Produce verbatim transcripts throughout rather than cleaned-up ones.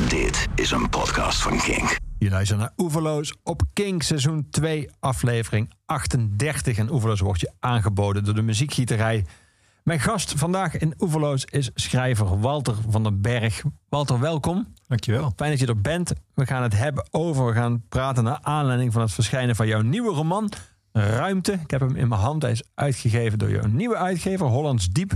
Dit is een podcast van Kink. Je luistert naar Oeverloos op Kink, seizoen twee, aflevering achtendertig. En Oeverloos wordt je aangeboden door de muziekgieterij. Mijn gast vandaag in Oeverloos is schrijver Walter van den Berg. Walter, welkom. Dankjewel. Fijn dat je er bent. We gaan het hebben over, we gaan praten naar aanleiding van het verschijnen van jouw nieuwe roman, Ruimte. Ik heb hem in mijn hand. Hij is uitgegeven door jouw nieuwe uitgever, Hollands Diep.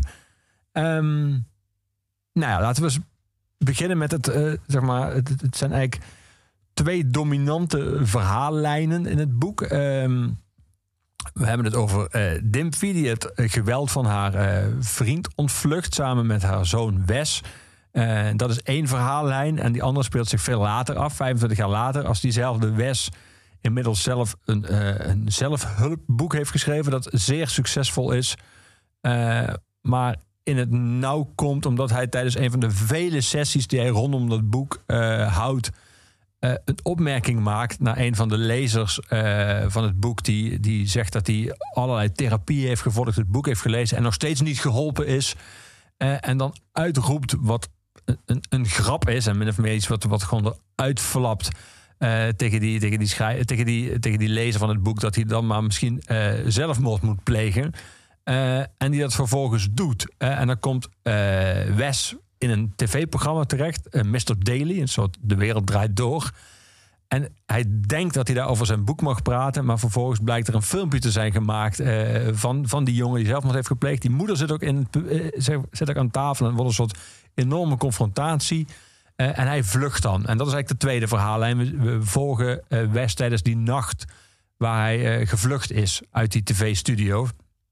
Um, nou ja, laten we eens beginnen met het, uh, zeg maar, het, het zijn eigenlijk twee dominante verhaallijnen in het boek. Um, we hebben het over uh, Dimphy, die het geweld van haar uh, vriend ontvlucht samen met haar zoon Wes. Uh, dat is één verhaallijn en die andere speelt zich veel later af, vijfentwintig jaar later, als diezelfde Wes inmiddels zelf een, uh, een zelfhulpboek heeft geschreven dat zeer succesvol is. Uh, maar in het nauw komt omdat hij tijdens een van de vele sessies die hij rondom dat boek uh, houdt, uh, een opmerking maakt naar een van de lezers uh, van het boek, die, die zegt dat hij allerlei therapie heeft gevolgd, het boek heeft gelezen en nog steeds niet geholpen is. Uh, en dan uitroept wat een, een grap is en min of meer iets wat, wat gewoon eruit flapt uh, tegen, die, tegen, die schrij- tegen, die, tegen die lezer van het boek, dat hij dan maar misschien uh, zelfmoord moet plegen. Uh, en die dat vervolgens doet. Uh, en dan komt uh, Wes in een tv-programma terecht, uh, mister Daily, een soort De Wereld Draait Door. En hij denkt dat hij daar over zijn boek mag praten, maar vervolgens blijkt er een filmpje te zijn gemaakt uh, van, van die jongen die zelfmoord heeft gepleegd. Die moeder zit ook, in, uh, zit ook aan tafel en er wordt een soort enorme confrontatie. Uh, en hij vlucht dan. En dat is eigenlijk de tweede verhaallijn. We, we volgen uh, Wes tijdens die nacht waar hij uh, gevlucht is uit die tv-studio.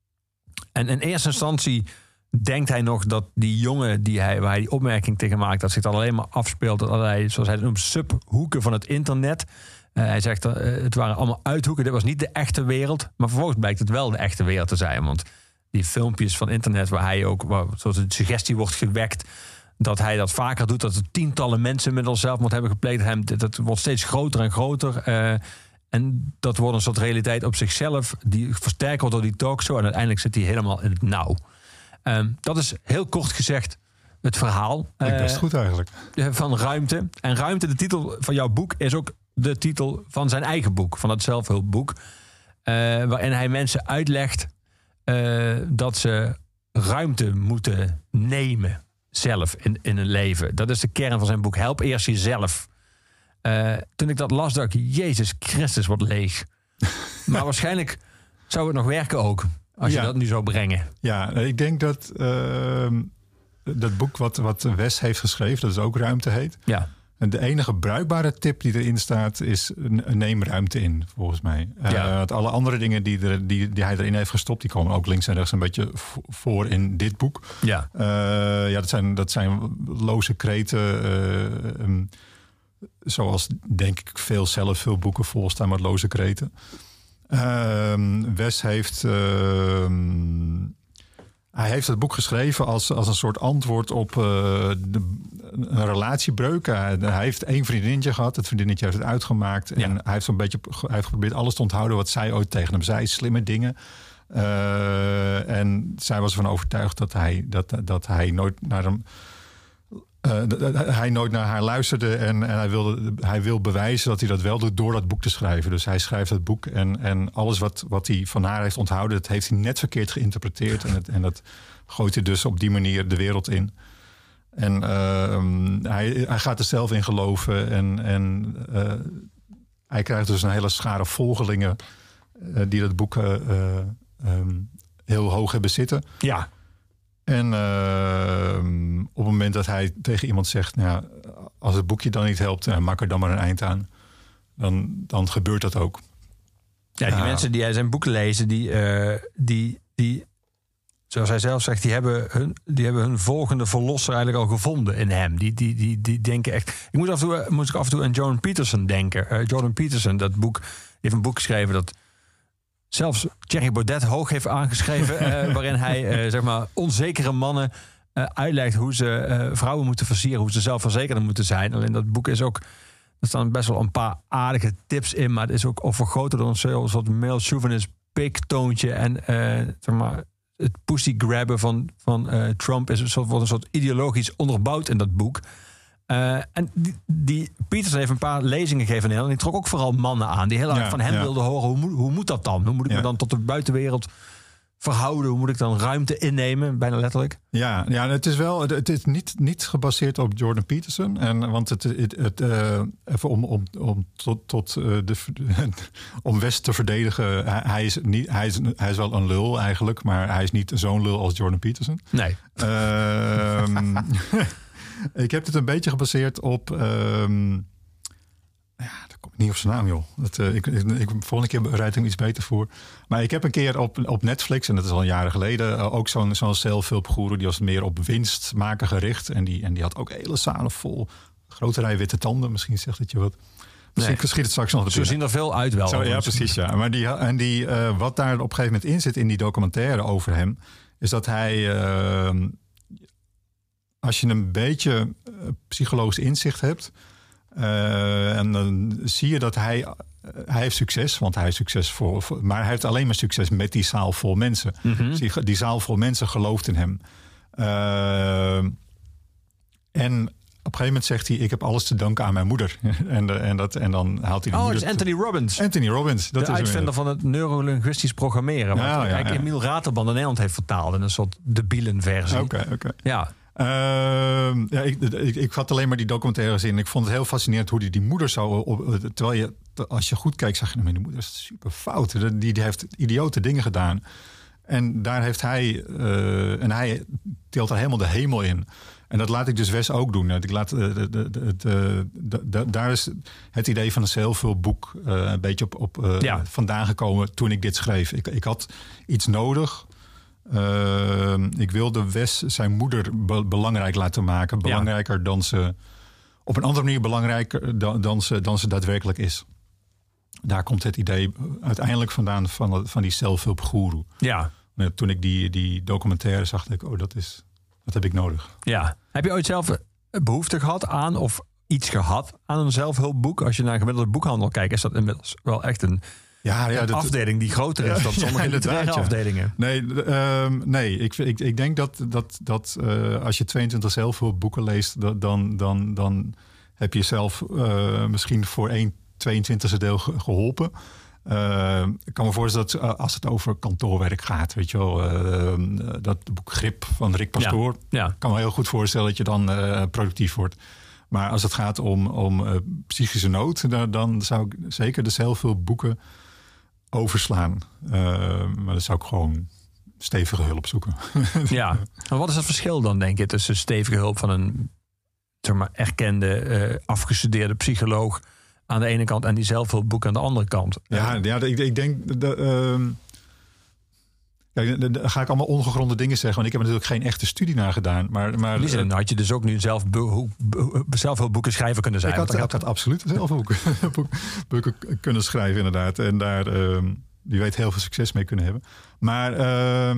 En in eerste instantie denkt hij nog dat die jongen die hij, waar hij die opmerking tegen maakt, dat zich dan alleen maar afspeelt, dat allerlei, zoals hij het noemt, subhoeken van het internet. Uh, hij zegt, uh, het waren allemaal uithoeken, dit was niet de echte wereld. Maar vervolgens blijkt het wel de echte wereld te zijn. Want die filmpjes van internet waar hij ook, waar zoals de suggestie wordt gewekt, dat hij dat vaker doet, dat er tientallen mensen inmiddels zelfmoord hebben gepleegd. Hem, dat wordt steeds groter en groter. Uh, En dat wordt een soort realiteit op zichzelf, die versterkt wordt door die talkshow. En uiteindelijk zit hij helemaal in het nauw. Um, dat is heel kort gezegd het verhaal. Uh, best goed eigenlijk. Van Ruimte. En Ruimte, de titel van jouw boek, is ook de titel van zijn eigen boek. Van dat zelfhulpboek. Uh, waarin hij mensen uitlegt uh, dat ze ruimte moeten nemen zelf in, in hun leven. Dat is de kern van zijn boek. Help eerst jezelf. Uh, toen ik dat las, dacht ik, Jezus Christus, wat leeg. Maar waarschijnlijk zou het nog werken ook, als ja. je dat nu zou brengen. Ja, ik denk dat uh, dat boek wat, wat Wes heeft geschreven, dat is ook Ruimte heet. Ja. En de enige bruikbare tip die erin staat is, neem ruimte in, volgens mij. Ja. Uh, alle andere dingen die, er, die, die hij erin heeft gestopt, die komen ook links en rechts een beetje voor in dit boek. Ja, uh, ja dat, zijn, dat zijn loze kreten. Uh, um, Zoals, denk ik, veel zelfhulpboeken vol staan met loze kreten. Uh, Wes heeft... Uh, hij heeft het boek geschreven als, als een soort antwoord op uh, de, een relatiebreuk. Hij, hij heeft één vriendinnetje gehad. Het vriendinnetje heeft het uitgemaakt. Ja. En hij heeft zo'n beetje hij heeft geprobeerd alles te onthouden wat zij ooit tegen hem zei. Slimme dingen. Uh, en zij was ervan overtuigd dat hij, dat, dat hij nooit naar hem... Uh, hij nooit naar haar luisterde en, en hij, wilde, hij wil bewijzen dat hij dat wel doet door dat boek te schrijven. Dus hij schrijft het boek en, en alles wat, wat hij van haar heeft onthouden, dat heeft hij net verkeerd geïnterpreteerd. En, het, en dat gooit hij dus op die manier de wereld in. En uh, hij, hij gaat er zelf in geloven en, en uh, hij krijgt dus een hele schare volgelingen uh, die dat boek uh, uh, um, heel hoog hebben zitten. Ja. En uh, op het moment dat hij tegen iemand zegt, nou, als het boekje dan niet helpt, uh, maak er dan maar een eind aan. Dan, dan gebeurt dat ook. Ja, die uh, mensen die zijn boeken lezen, die, uh, die, die, zoals hij zelf zegt, die hebben hun, die hebben hun volgende verlosser eigenlijk al gevonden in hem. Die, die, die, die denken echt. Ik moet af en toe, moet ik af en toe aan Jordan Peterson denken. Uh, Jordan Peterson, dat boek, heeft een boek geschreven dat zelfs Thierry Baudet hoog heeft aangeschreven, uh, waarin hij uh, zeg maar onzekere mannen uh, uitlegt hoe ze uh, vrouwen moeten versieren, hoe ze zelfverzekerder moeten zijn. Alleen dat boek is ook, er staan best wel een paar aardige tips in, maar het is ook overgoten door een soort male chauvinist piktoontje en uh, zeg maar het pussy grabben van, van uh, Trump is een soort, wordt een soort ideologisch onderbouwd in dat boek. Uh, en die, die Peterson heeft een paar lezingen gegeven en die trok ook vooral mannen aan. Die heel erg ja, van hem ja. wilden horen, hoe moet, hoe moet dat dan? Hoe moet ik ja. me dan tot de buitenwereld verhouden? Hoe moet ik dan ruimte innemen? Bijna letterlijk. Ja, ja het is wel het is niet, niet gebaseerd op Jordan Peterson. En, want het, het, het, uh, even om, om, om, tot, tot, uh, de, om West te verdedigen. Hij, hij, is niet, hij, is, hij is wel een lul eigenlijk. Maar hij is niet zo'n lul als Jordan Peterson. Nee. Uh, ik heb het een beetje gebaseerd op... Um, ja, dat komt niet op zijn naam, joh. Dat, uh, ik, ik, ik, volgende keer bereid ik hem iets beter voor. Maar ik heb een keer op, op Netflix, en dat is al jaren geleden... Uh, ook zo'n, zo'n zelfhulpgoeroe, die was meer op winst maken gericht. En die, en die had ook hele zalen vol. Grote rij witte tanden, misschien zegt het je wat. Misschien nee. schiet het straks nog. Zo zien er veel uit wel. Zo, ja, precies, ja. Maar die, en die, uh, wat daar op een gegeven moment in zit in die documentaire over hem... is dat hij... Uh, als je een beetje uh, psychologisch inzicht hebt... Uh, en dan zie je dat hij, uh, hij heeft succes, want hij is succesvol. Maar hij heeft alleen maar succes met die zaal vol mensen. Mm-hmm. Dus die, die zaal vol mensen gelooft in hem. Uh, en op een gegeven moment zegt hij... ik heb alles te danken aan mijn moeder. en, de, en, dat, en dan haalt hij de Oh, moeder... dat is Anthony Robbins. Anthony Robbins. Dat de is uitvinder van het neurolinguistisch programmeren. Wat ja, ja, ja. Emiel Ratelband in Nederland heeft vertaald... in een soort debielen versie. Oké, okay, oké. Okay. Ja. Uh, ja, ik, ik, ik had alleen maar die documentaire gezien. Ik vond het heel fascinerend hoe die, die moeder zou... Op, terwijl je, als je goed kijkt, zag je... die moeder is super fout. Die, die heeft idiote dingen gedaan. En daar heeft hij... Uh, en hij deelt daar helemaal de hemel in. En dat laat ik dus Wes ook doen. Ik laat, uh, de, de, de, de, de, de, daar is het idee van een zelfhulpboek... Uh, een beetje op, op uh, ja. vandaan gekomen toen ik dit schreef. Ik, ik had iets nodig... Uh, ik wilde Wes zijn moeder be- belangrijk laten maken. Belangrijker ja. dan ze... Op een andere manier belangrijker dan, dan, ze, dan ze daadwerkelijk is. Daar komt het idee uiteindelijk vandaan van, van die zelfhulpgoeroe. Ja. Toen ik die, die documentaire zag, dacht ik... oh, dat, is, dat heb ik nodig. Ja. Heb je ooit zelf behoefte gehad aan... of iets gehad aan een zelfhulpboek? Als je naar een gemiddelde boekhandel kijkt... is dat inmiddels wel echt een... Ja, ja, een dat, afdeling die groter is dan sommige ja, literaire afdelingen. Nee, uh, nee ik, ik, ik denk dat, dat, dat uh, als je tweeëntwintig zelfhulpboeken leest... dan, dan, dan heb je jezelf uh, misschien voor één tweeëntwintigste deel geholpen. Uh, ik kan me voorstellen dat uh, als het over kantoorwerk gaat... weet je wel, uh, dat boek Grip van Rick Pastoor... Ja, ja. kan me heel goed voorstellen dat je dan uh, productief wordt. Maar als het gaat om, om uh, psychische nood... Dan, dan zou ik zeker de zelfhulpboeken... overslaan. Uh, maar dan zou ik gewoon stevige hulp zoeken. Ja, maar wat is het verschil dan, denk je... tussen stevige hulp van een zeg maar, erkende, uh, afgestudeerde psycholoog... aan de ene kant en die zelfhulpboek aan de andere kant? Ja, ja ik, ik denk... De, uh, ja, dan ga ik allemaal ongegronde dingen zeggen... want ik heb er natuurlijk geen echte studie naar gedaan. Maar, maar, in die zin had je dus ook nu zelf zelfhulpboeken schrijven kunnen zijn. Ik had, ik had absoluut zelfhulpboeken boeken kunnen schrijven, inderdaad. En daar, uh, die weet heel veel succes mee kunnen hebben. Maar uh,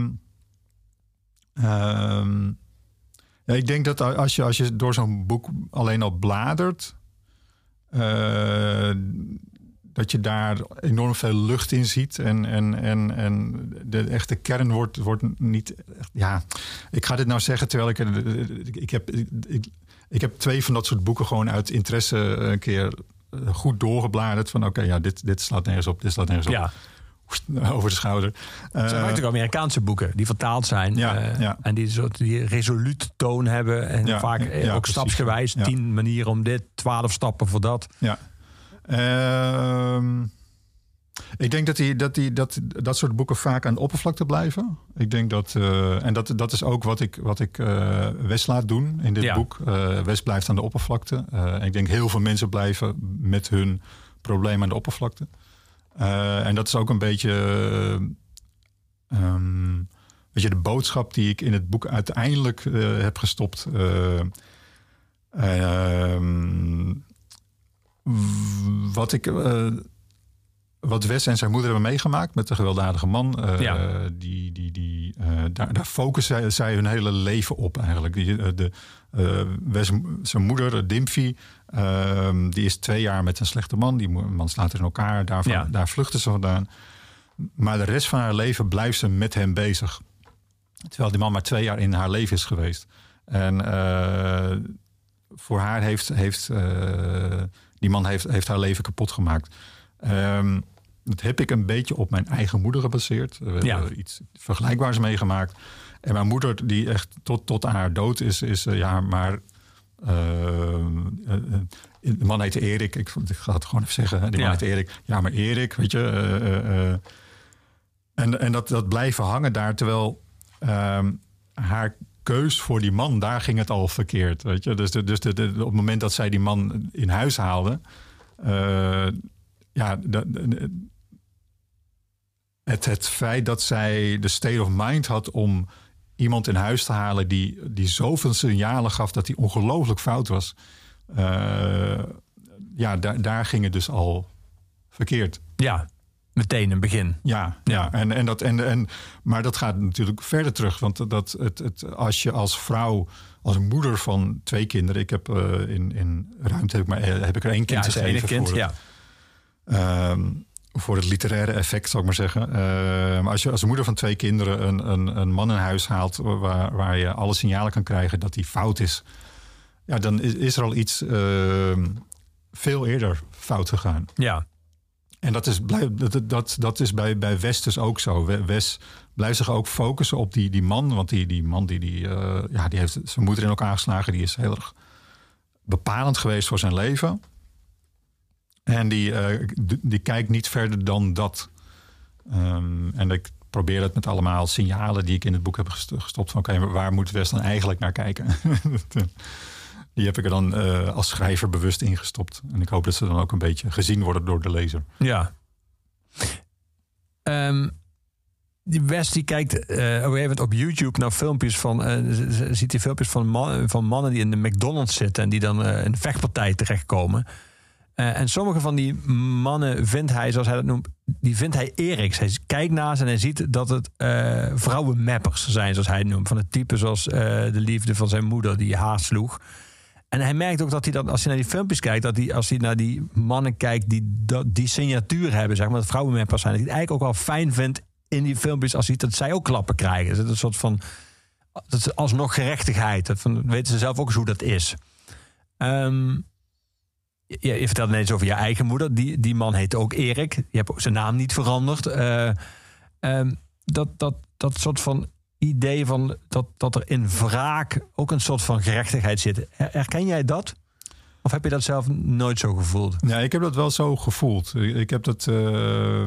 uh, ja, ik denk dat als je, als je door zo'n boek alleen al bladert... Uh, dat je daar enorm veel lucht in ziet. En, en, en, en de echte kern wordt, wordt niet... Ja, ik ga dit nou zeggen terwijl ik... Ik heb, ik, ik heb twee van dat soort boeken gewoon uit interesse een keer goed doorgebladerd. Van oké, okay, ja, dit, dit slaat nergens op, dit slaat nergens op. Ja. Over de schouder. Het zijn uh, ook Amerikaanse boeken die vertaald zijn. Ja, uh, ja. En die, soort, die resoluut toon hebben. En ja, vaak ja, ook precies. stapsgewijs. Ja. Tien manieren om dit, twaalf stappen voor dat. Ja. Uh, ik denk dat, die, dat, die, dat dat soort boeken vaak aan de oppervlakte blijven. Ik denk dat, uh, en dat, dat is ook wat ik, wat ik uh, Wes laat doen in dit ja. boek. Uh, Wes blijft aan de oppervlakte. Uh, ik denk heel veel mensen blijven met hun probleem aan de oppervlakte. Uh, en dat is ook een beetje, uh, um, weet je, de boodschap die ik in het boek uiteindelijk uh, heb gestopt. Uh, uh, um, Wat ik, uh, wat Wes en zijn moeder hebben meegemaakt met de gewelddadige man, uh, ja. die, die, die, uh, daar, daar focussen zij, zij hun hele leven op eigenlijk. Die, de, uh, Wes, zijn moeder, Dimphy, uh, die is twee jaar met een slechte man. Die man slaat in elkaar, daarvan, ja. daar vluchten ze vandaan. Maar de rest van haar leven blijft ze met hem bezig. Terwijl die man maar twee jaar in haar leven is geweest. En uh, voor haar heeft, heeft uh, die man heeft, heeft haar leven kapot gemaakt. Um, dat heb ik een beetje op mijn eigen moeder gebaseerd. We ja. hebben iets vergelijkbaars meegemaakt. En mijn moeder, die echt tot, tot aan haar dood is, is uh, ja, maar... Uh, uh, uh, de man heette Erik. Ik, ik ga het gewoon even zeggen. Die man ja. heette Erik. Ja, maar Erik, weet je... Uh, uh, uh, en en dat, dat blijven hangen daar, terwijl uh, haar keus voor die man, daar ging het al verkeerd. Weet je? Dus, de, dus de, de, op het moment dat zij die man in huis haalde... Uh, ja, de, de, het, het feit dat zij de state of mind had om iemand in huis te halen die, die zoveel signalen gaf dat hij ongelooflijk fout was. Uh, ja, daar, daar ging het dus al verkeerd. Ja, meteen een begin. Ja, ja. En, en dat, en, en, maar dat gaat natuurlijk verder terug. Want dat, het, het, als je als vrouw, als moeder van twee kinderen... Ik heb uh, in, in ruimte heb ik, maar, heb ik er één kind ja, gegeven. Ene kind, voor, ja. Um, voor het literaire effect, zou ik maar zeggen. Uh, maar als je als moeder van twee kinderen een, een, een man in huis haalt... Waar, waar je alle signalen kan krijgen dat die fout is... ja, dan is, is er al iets uh, veel eerder fout gegaan. Ja. En dat is, dat, dat, dat is bij, bij Wes dus ook zo. Wes blijft zich ook focussen op die, die man. Want die, die man die, die, uh, ja, die heeft zijn moeder in elkaar geslagen. Die is heel erg bepalend geweest voor zijn leven. En die, uh, die kijkt niet verder dan dat. Um, en ik probeer het met allemaal signalen die ik in het boek heb gestopt. Van oké, okay, waar moet Wes dan eigenlijk naar kijken? Die heb ik er dan uh, als schrijver bewust ingestopt. En ik hoop dat ze dan ook een beetje gezien worden door de lezer. Ja. Um, die Wes die kijkt uh, op een gegeven moment op YouTube naar filmpjes van... Uh, ziet hij filmpjes van, man, van mannen die in de McDonald's zitten... en die dan uh, in een vechtpartij terechtkomen. Uh, en sommige van die mannen vindt hij, zoals hij dat noemt... die vindt hij Eriks. Hij kijkt naast en hij ziet dat het uh, vrouwenmappers zijn, zoals hij het noemt. Van het type zoals uh, de liefde van zijn moeder die haar sloeg. En hij merkt ook dat hij dan, als hij naar die filmpjes kijkt... dat hij, als hij naar die mannen kijkt die dat, die signatuur hebben... zeg maar, dat vrouwenmappers zijn... dat hij het eigenlijk ook wel fijn vindt in die filmpjes... als hij dat zij ook klappen krijgen. Dus het is een soort van... dat is alsnog gerechtigheid. Dat van, weten ze zelf ook eens hoe dat is. Um, je, je vertelde net eens over je eigen moeder. Die, die man heette ook Erik. Je hebt ook zijn naam niet veranderd. Uh, um, dat, dat, dat soort van... idee van dat, dat er in wraak ook een soort van gerechtigheid zit. Herken jij dat? Of heb je dat zelf nooit zo gevoeld? Ja, ik heb dat wel zo gevoeld. Ik heb dat uh,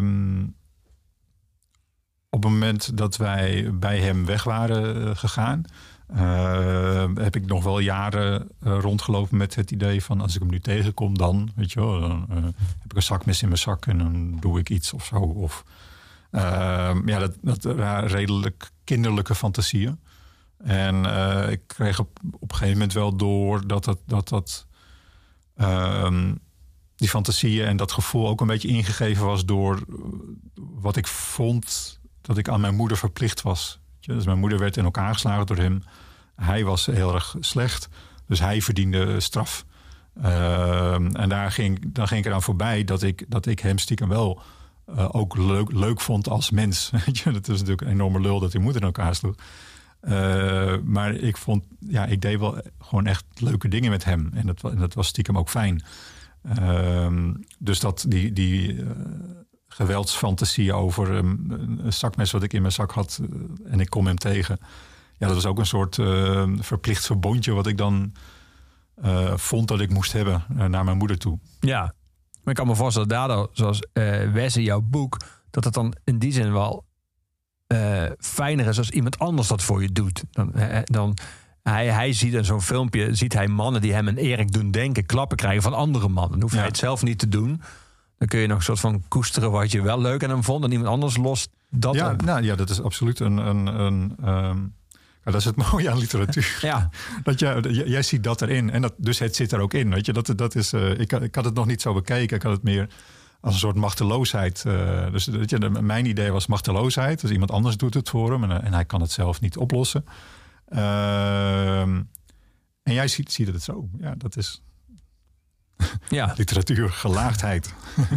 op het moment dat wij bij hem weg waren gegaan... Uh, heb ik nog wel jaren uh, rondgelopen met het idee van... als ik hem nu tegenkom, dan, weet je wel, dan uh, heb ik een zakmes in mijn zak en dan doe ik iets of zo. Of, uh, ja, dat, dat waren redelijk kinderlijke fantasieën. En uh, ik kreeg op, op een gegeven moment wel door dat dat, dat, dat uh, die fantasieën en dat gevoel ook een beetje ingegeven was door wat ik vond dat ik aan mijn moeder verplicht was. Dus mijn moeder werd in elkaar geslagen door hem. Hij was heel erg slecht, dus hij verdiende straf. Uh, en daar ging, daar ging ik eraan voorbij dat ik, dat ik hem stiekem wel uh, ook leuk, leuk vond als mens. Dat is natuurlijk een enorme lul dat die moeder in elkaar sloeg. Uh, maar ik vond, ja, ik deed wel gewoon echt leuke dingen met hem. En dat, en dat was stiekem ook fijn. Uh, dus dat die, die uh, geweldsfantasie over um, een zakmes wat ik in mijn zak had uh, en ik kom hem tegen. Ja, dat was ook een soort uh, verplicht verbondje wat ik dan uh, vond dat ik moest hebben uh, naar mijn moeder toe. Ja, maar ik kan me voorstellen daardoor, zoals uh, Wes in jouw boek, dat het dan in die zin wel uh, fijner is als iemand anders dat voor je doet. Dan, uh, dan hij, hij ziet in zo'n filmpje, ziet hij mannen die hem en Erik doen denken, klappen krijgen van andere mannen. Dan hoeft ja. hij het zelf niet te doen. Dan kun je nog een soort van koesteren wat je wel leuk aan hem vond en iemand anders lost dat ja, op. Nou, ja, dat is absoluut een... een, een um... Ja, dat is het mooie aan literatuur. Ja. Dat jij, jij ziet dat erin. En dat, dus het zit er ook in. Weet je? Dat, dat is, uh, ik, ik had het nog niet zo bekeken. Ik had het meer als een soort machteloosheid. Uh, dus weet je, mijn idee was machteloosheid. Dus iemand anders doet het voor hem. En, en hij kan het zelf niet oplossen. Uh, en jij ziet, ziet het zo. Ja, dat is ja. literatuur, gelaagdheid.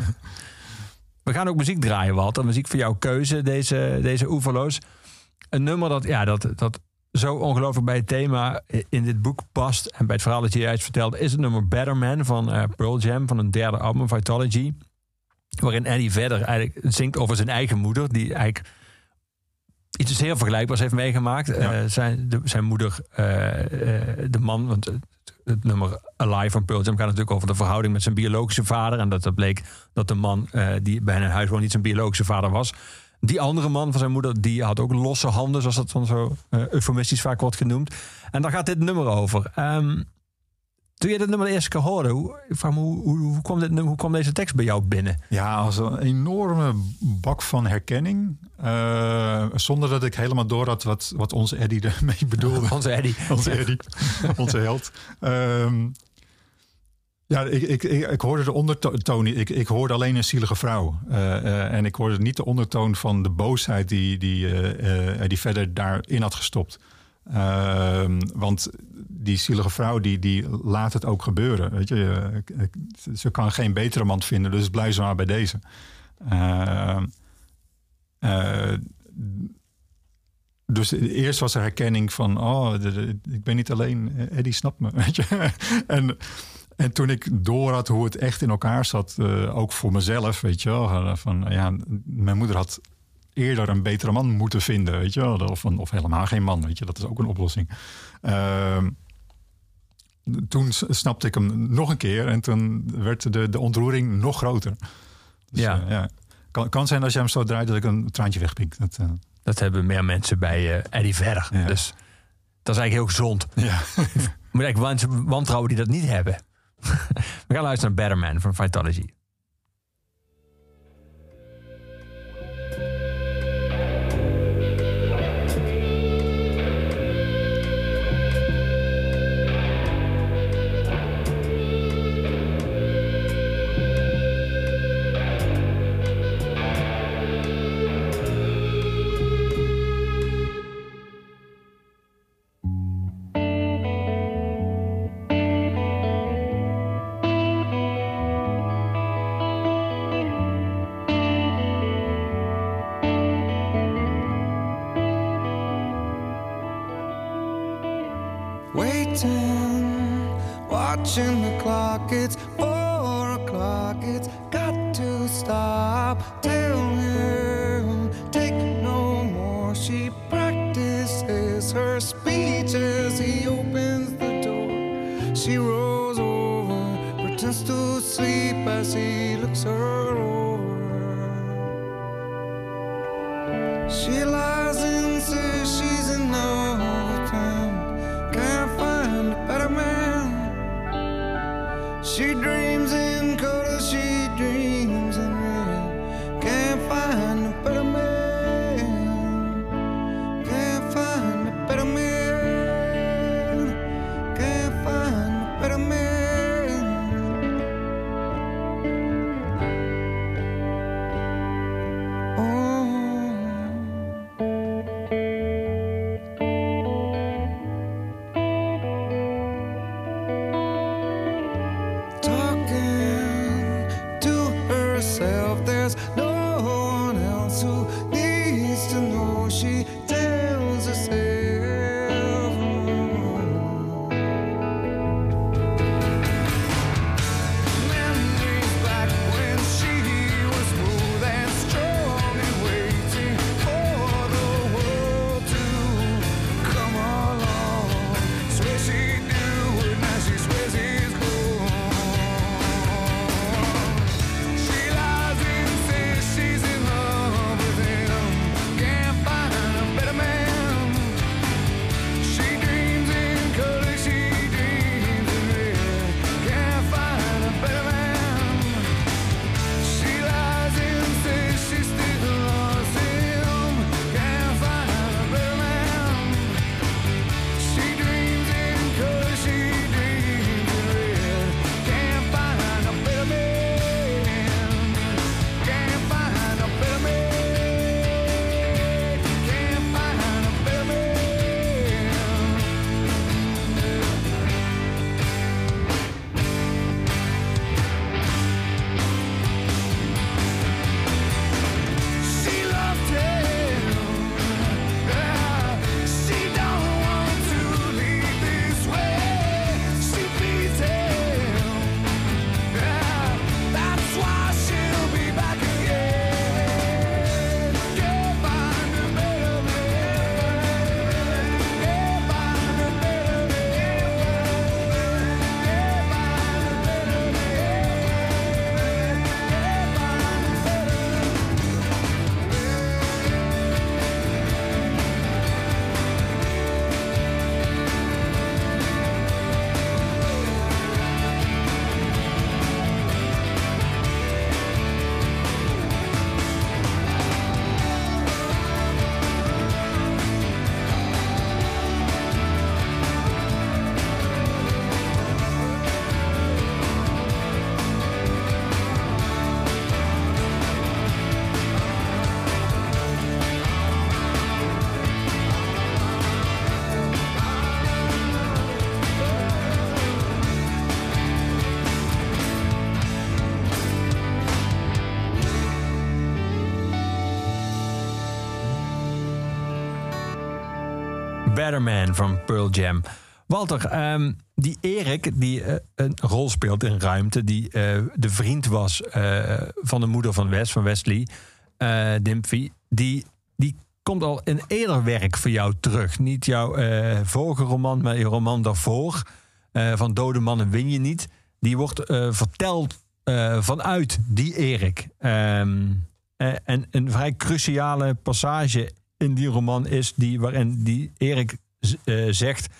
We gaan ook muziek draaien, Walter. Muziek voor jouw keuze, deze, deze Oeverloos. Een nummer dat, ja, dat, dat zo ongelooflijk bij het thema in dit boek past. En bij het verhaal dat je juist vertelde, is het nummer Better Man van uh, Pearl Jam, van een derde album, Vitalogy. Waarin Eddie Vedder eigenlijk zingt over zijn eigen moeder, die eigenlijk iets heel vergelijkbaars heeft meegemaakt. Ja. Uh, zijn, de, zijn moeder, uh, uh, de man, want het, het nummer Alive van Pearl Jam gaat natuurlijk over de verhouding met zijn biologische vader. En dat het bleek dat de man uh, die bij hen huis woont niet zijn biologische vader was. Die andere man van zijn moeder, die had ook losse handen, zoals dat dan zo uh, eufemistisch vaak wordt genoemd. En daar gaat dit nummer over. Um, toen je dit nummer de eerste keer hoorde, hoe, hoe, hoe, hoe, kwam dit, hoe kwam deze tekst bij jou binnen? Ja, als een enorme bak van herkenning. Uh, zonder dat ik helemaal door had wat, wat onze Eddie ermee bedoelde. onze Eddie. onze Eddie, onze held. Um, Ja, ik, ik, ik, ik hoorde de ondertoon niet. Ik, ik hoorde alleen een zielige vrouw. Uh, uh, en ik hoorde niet de ondertoon van de boosheid die, die, uh, uh, die verder daarin had gestopt. Uh, want die zielige vrouw die, die laat het ook gebeuren. Weet je? Uh, ze kan geen betere man vinden, dus blijf ze maar bij deze. Uh, uh, dus eerst was er herkenning van... oh, de, de, ik ben niet alleen, Eddie snapt me. Weet je? en... En toen ik door had hoe het echt in elkaar zat, uh, ook voor mezelf, weet je wel, van ja, mijn moeder had eerder een betere man moeten vinden, weet je wel, of, of helemaal geen man, weet je, dat is ook een oplossing. Uh, toen snapte ik hem nog een keer en toen werd de, de ontroering nog groter. Dus, ja. Uh, ja. Kan, kan zijn als je hem zo draait dat ik een traantje wegpik. Dat, uh... dat hebben meer mensen bij uh, Eddie Vedder. Ja. Dus dat is eigenlijk heel gezond. Ja. Moet eigenlijk wantrouwen die dat niet hebben. We gaan luisteren naar Better Man van Vitalogy. Watching the clock, it's four o'clock, it's got to stop. Tell him, take no more. She practices her speech as he opens the door. She rolls over, pretends to sleep as he looks her over. She lies and says she's in love with him, can't find a better man. She dreams in color, she dreams in red. Can't find a better man. Can't find a better man. Can't find a better man. Oh. There's no one else who Better Man van Pearl Jam. Walter, um, die Erik die uh, een rol speelt in Ruimte... die uh, de vriend was uh, van de moeder van Wes, van Wesley, uh, Dimphy... die, die komt al in eerder werk voor jou terug. Niet jouw uh, vorige roman, maar je roman daarvoor... Uh, van Dode Mannen win je niet. Die wordt uh, verteld uh, vanuit die Erik. Um, uh, en een vrij cruciale passage in die roman is... die waarin die Erik uh, zegt...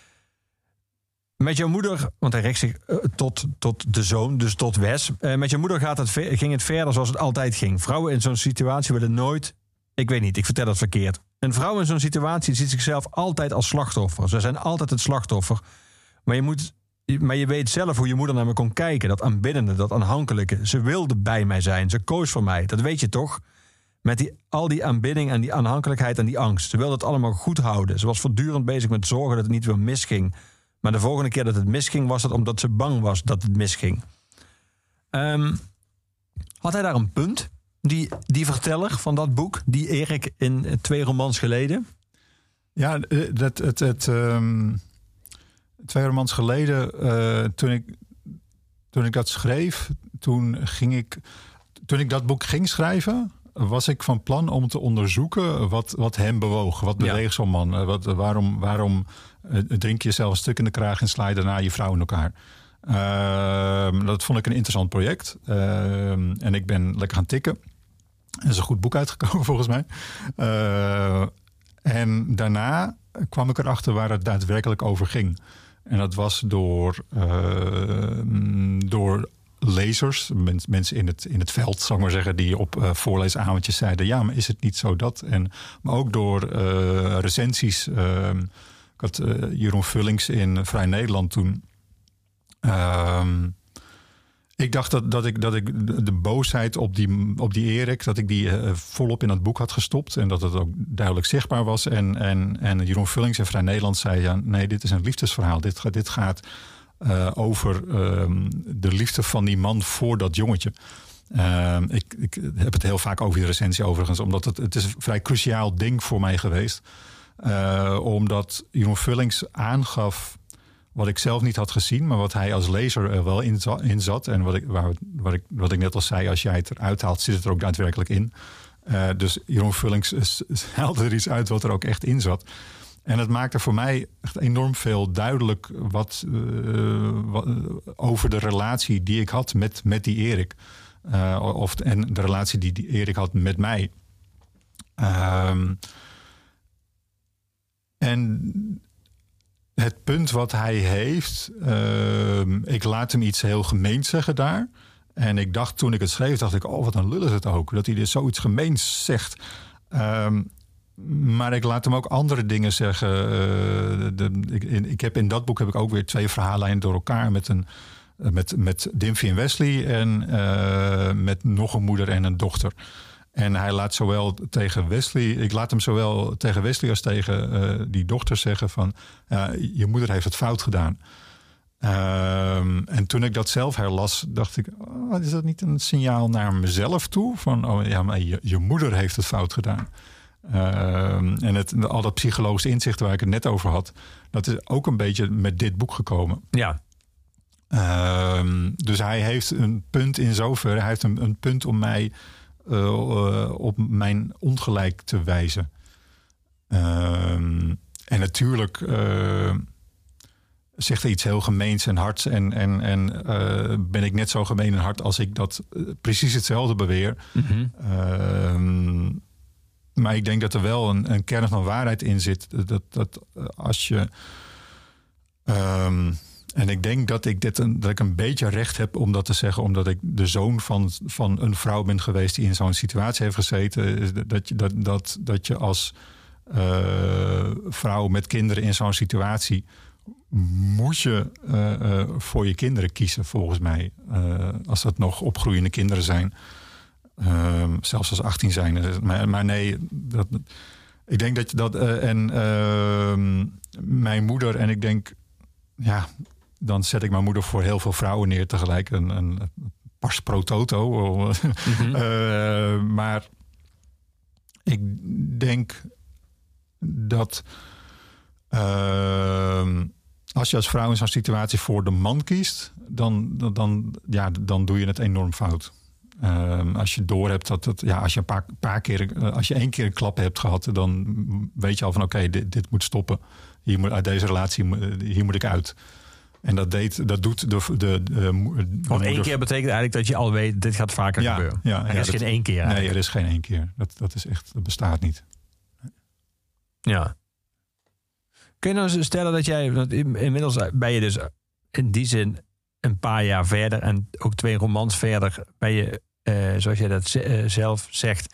Met jouw moeder, want hij richt zich uh, tot, tot de zoon, dus tot Wes... Uh, met jouw moeder gaat het, ging het verder zoals het altijd ging. Vrouwen in zo'n situatie willen nooit... Ik weet niet, ik vertel het verkeerd. Een vrouw in zo'n situatie ziet zichzelf altijd als slachtoffer. Ze zijn altijd het slachtoffer... Maar je, moet, maar je weet zelf hoe je moeder naar me kon kijken. Dat aanbiddende, dat aanhankelijke. Ze wilde bij mij zijn. Ze koos voor mij. Dat weet je toch? Met die, al die aanbidding en die aanhankelijkheid en die angst. Ze wilde het allemaal goed houden. Ze was voortdurend bezig met zorgen dat het niet weer misging. Maar de volgende keer dat het misging... was het omdat ze bang was dat het misging. Um, had hij daar een punt? Die, die verteller van dat boek? Die Erik in twee romans geleden? Ja, dat... het, het um... Twee romans geleden, uh, toen, ik, toen ik dat schreef, toen ging ik, toen ik dat boek ging schrijven, was ik van plan om te onderzoeken wat, wat hem bewoog. Wat beweegt ja. zo'n man? Wat, waarom waarom uh, drink je jezelf een stuk in de kraag en sla je daarna je vrouw in elkaar? Uh, dat vond ik een interessant project. Uh, en ik ben lekker gaan tikken. Er is een goed boek uitgekomen volgens mij. Uh, en daarna kwam ik erachter waar het daadwerkelijk over ging. En dat was door, uh, door lezers, mens, mensen in het, in het veld, zal ik maar zeggen, die op uh, voorleesavondjes zeiden: ja, maar is het niet zo dat? En, maar ook door uh, recensies. Uh, ik had uh, Jeroen Vullings in Vrij Nederland toen. Uh, ik dacht dat, dat, ik, dat ik de boosheid op die, op die Erik, dat ik die uh, volop in dat boek had gestopt. En dat het ook duidelijk zichtbaar was. En, en, en Jeroen Vullings in Vrij Nederland zei: ja, nee, dit is een liefdesverhaal. Dit, dit gaat uh, over uh, de liefde van die man voor dat jongetje. Uh, ik, ik heb het heel vaak over die recensie overigens. Omdat het, het is een vrij cruciaal ding voor mij geweest. Uh, omdat Jeroen Vullings aangaf wat ik zelf niet had gezien, maar wat hij als lezer er wel in, in zat. En wat ik, waar, wat, ik, wat ik net al zei, als jij het eruit haalt, zit het er ook daadwerkelijk in. Uh, dus Jeroen Vullings haalde er iets uit wat er ook echt in zat. En het maakte voor mij echt enorm veel duidelijk wat, uh, wat, over de relatie die ik had met, met die Erik. Uh, of, en de relatie die, die Erik had met mij. Um, en het punt wat hij heeft, uh, ik laat hem iets heel gemeens zeggen daar. En ik dacht toen ik het schreef, dacht ik, oh wat een lul is het ook. Dat hij dus zoiets gemeens zegt. Um, maar ik laat hem ook andere dingen zeggen. Uh, de, ik, ik heb in dat boek heb ik ook weer twee verhaallijnen door elkaar met een met, met Dimphy en Wesley en uh, met nog een moeder en een dochter. En hij laat zowel tegen Wesley, ik laat hem zowel tegen Wesley als tegen uh, die dochter zeggen van, uh, je moeder heeft het fout gedaan. Um, en toen ik dat zelf herlas, dacht ik, oh, is dat niet een signaal naar mezelf toe? Van, oh ja, maar je, je moeder heeft het fout gedaan. Um, en het, al dat psychologische inzicht waar ik het net over had, dat is ook een beetje met dit boek gekomen. Ja. Um, dus hij heeft een punt in zoverre, hij heeft een, een punt om mij uh, uh, op mijn ongelijk te wijzen. Um, en natuurlijk uh, zegt hij iets heel gemeens en hards. En, en, en uh, ben ik net zo gemeen en hard als ik dat uh, precies hetzelfde beweer. Mm-hmm. Um, maar ik denk dat er wel een, een kern van waarheid in zit. Dat, dat uh, als je... Um, en ik denk dat ik, dit een, dat ik een beetje recht heb om dat te zeggen, omdat ik de zoon van, van een vrouw ben geweest die in zo'n situatie heeft gezeten. Dat je, dat, dat, dat je als uh, vrouw met kinderen in zo'n situatie moet je uh, uh, voor je kinderen kiezen, volgens mij. Uh, als dat nog opgroeiende kinderen zijn. Uh, zelfs als achttien zijn. Maar, maar nee, dat, ik denk dat je dat... Uh, en uh, mijn moeder en ik denk... ja, dan zet ik mijn moeder voor heel veel vrouwen neer tegelijk. Een, een pars pro toto. Mm-hmm. uh, maar ik denk dat Uh, als je als vrouw in zo'n situatie voor de man kiest, dan, dan, dan, ja, dan doe je het enorm fout. Uh, als je doorhebt dat het, ja, als je een paar, paar keer, uh, als je één keer een klap hebt gehad, dan weet je al van oké, okay, dit, dit moet stoppen. Hier moet, uit deze relatie, hier moet ik uit. En dat deed, dat doet de. de, de, de Want één keer betekent eigenlijk dat je al weet, dit gaat vaker ja, gebeuren. Ja, er ja, is dat, geen één keer. Eigenlijk. Nee, er is geen één keer. Dat, dat is echt, dat bestaat niet. Ja. Kun je nou eens stellen dat jij, want inmiddels ben je dus in die zin een paar jaar verder en ook twee romans verder, ben je, uh, zoals jij dat uh, zelf zegt,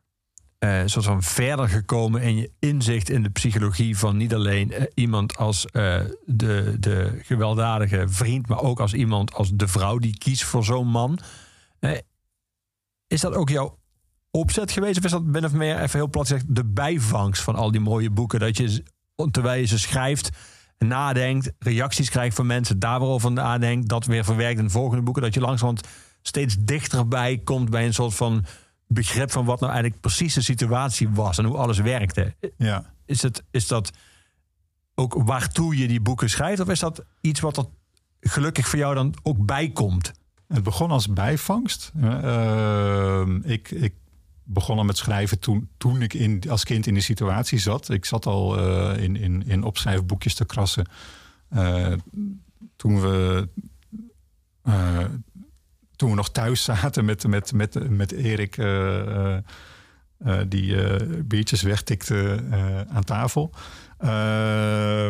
uh, soort van verder gekomen in je inzicht in de psychologie van niet alleen uh, iemand als uh, de, de gewelddadige vriend, maar ook als iemand als de vrouw die kiest voor zo'n man. Uh, is dat ook jouw opzet geweest? Of is dat min of meer, even heel plat gezegd, de bijvangst van al die mooie boeken? Dat je, terwijl je ze schrijft, nadenkt, reacties krijgt van mensen, daar weer over nadenkt, dat weer verwerkt in de volgende boeken, dat je langzamerhand steeds dichterbij komt bij een soort van begrip van wat nou eigenlijk precies de situatie was en hoe alles werkte. Ja. Is, het, is dat ook waartoe je die boeken schrijft? Of is dat iets wat er gelukkig voor jou dan ook bijkomt? Het begon als bijvangst. Uh, ik, ik begon al met schrijven toen, toen ik in, als kind in die situatie zat. Ik zat al uh, in, in, in opschrijfboekjes te krassen. Uh, toen we... Uh, toen we nog thuis zaten met, met, met, met Erik, uh, uh, uh, die uh, biertjes wegtikte uh, aan tafel. Uh,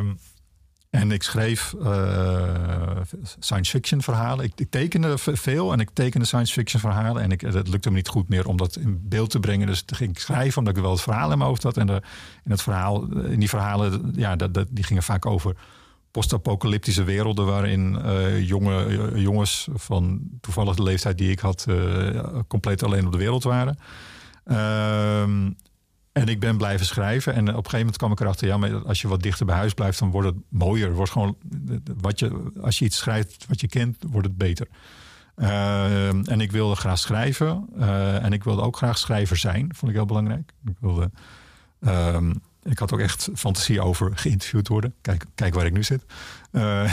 en ik schreef uh, science fiction verhalen. Ik, ik tekende veel en ik tekende science fiction verhalen. En ik, dat lukte me niet goed meer om dat in beeld te brengen. Dus toen ging ik schrijven, omdat ik wel het verhaal in mijn hoofd had. En de, in, het verhaal, in die verhalen, ja, dat, dat, die gingen vaak over post-apocalyptische werelden waarin uh, jonge uh, jongens van toevallig de leeftijd die ik had uh, compleet alleen op de wereld waren. Uh, en ik ben blijven schrijven en op een gegeven moment kwam ik erachter, ja, maar als je wat dichter bij huis blijft, dan wordt het mooier. Wordt gewoon wat je, als je iets schrijft wat je kent, wordt het beter. Uh, en ik wilde graag schrijven uh, en ik wilde ook graag schrijver zijn, vond ik heel belangrijk. Ik wilde uh, Ik had ook echt fantasie over geïnterviewd worden. Kijk, kijk waar ik nu zit. Uh,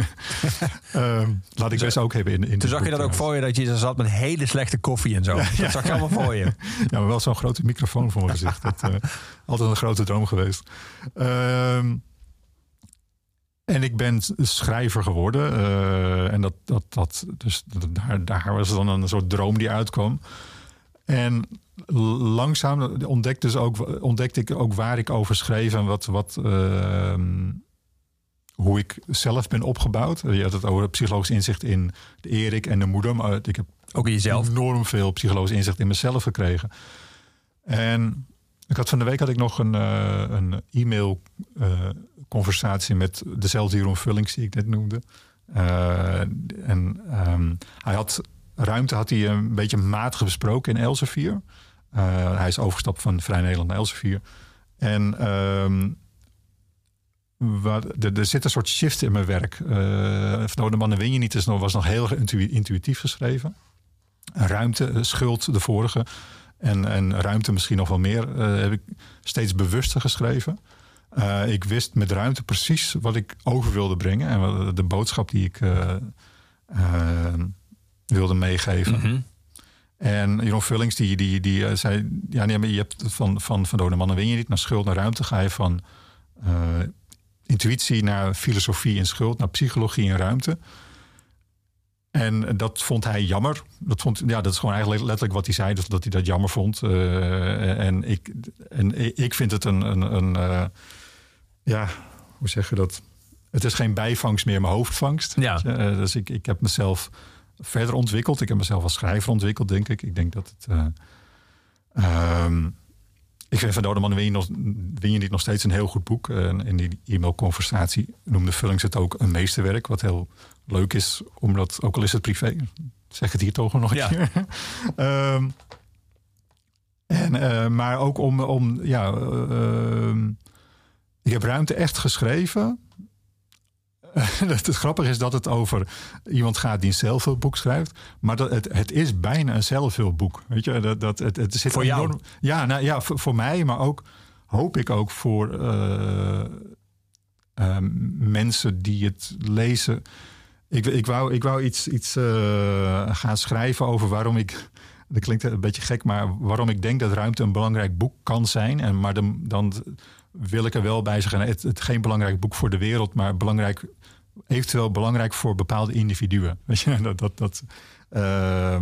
uh, laat ik best ook hebben. In, in Toen zag je dat ook voor je, dat je zat met hele slechte koffie en zo. Ja, dat ja, zag je allemaal voor je. Ja, maar wel zo'n grote microfoon voor mijn gezicht. Dat uh, altijd een grote droom geweest. Uh, en ik ben schrijver geworden. Uh, en dat, dat, dat, dus daar, daar was dan een soort droom die uitkwam. En langzaam ontdekte, dus ook, ontdekte ik ook waar ik over schreef en wat, wat, uh, hoe ik zelf ben opgebouwd. Je had het over psychologisch inzicht in de Erik en de moeder. Maar ik heb ook in jezelf enorm veel psychologisch inzicht in mezelf gekregen. En ik had van de week had ik nog een, uh, een e-mail uh, conversatie met dezelfde Jeroen Vullings die ik net noemde. Uh, en um, hij had ruimte had hij een beetje matig besproken in Elsevier. Uh, hij is overgestapt van Vrij Nederland naar Elsevier. En um, wat, er, er zit een soort shift in mijn werk. Uh, Van de mannen win je niet is nog, was nog heel intu- intuïtief geschreven. Ruimte, schuld de vorige. En, en ruimte misschien nog wel meer. Uh, heb ik steeds bewuster geschreven. Uh, ik wist met ruimte precies wat ik over wilde brengen. En de boodschap die ik Uh, uh, wilde meegeven. Mm-hmm. En Jeroen Vullings die, die, die uh, zei, ja, nee, maar je hebt van, van, van dode mannen win je niet, naar schuld, naar ruimte ga je van uh, intuïtie naar filosofie en schuld, naar psychologie en ruimte. En dat vond hij jammer. Dat, vond, ja, dat is gewoon eigenlijk letterlijk wat hij zei, dus dat hij dat jammer vond. Uh, en, ik, en ik vind het een, een, een uh, ja, hoe zeg je dat? Het is geen bijvangst meer, mijn hoofdvangst. Ja. Uh, dus ik, ik heb mezelf verder ontwikkeld. Ik heb mezelf als schrijver ontwikkeld, denk ik. Ik denk dat het Uh, um, ik vind Van Dode Mannen win je, nog, win je niet nog steeds een heel goed boek. Uh, in die e-mailconversatie noemde Vullings het ook een meesterwerk. Wat heel leuk is, omdat, ook al is het privé, zeg het hier toch nog een ja. keer. um, en, uh, maar ook om, om ja, uh, uh, ik heb Ruimte echt geschreven. Het grappige is dat het over iemand gaat die een zelfhulpboek schrijft. Maar dat, het, het is bijna een zelfhulpboek. Weet je, dat, dat, het, het zit voor jou? Enorm, ja, nou, ja voor, voor mij, maar ook hoop ik ook voor uh, uh, mensen die het lezen. Ik, ik, wou, ik wou iets, iets uh, gaan schrijven over waarom ik. Dat klinkt een beetje gek, maar waarom ik denk dat ruimte een belangrijk boek kan zijn. En maar de, dan wil ik er wel bij zeggen, het, het geen belangrijk boek voor de wereld, maar belangrijk, eventueel belangrijk voor bepaalde individuen. Weet je, dat. dat, dat uh,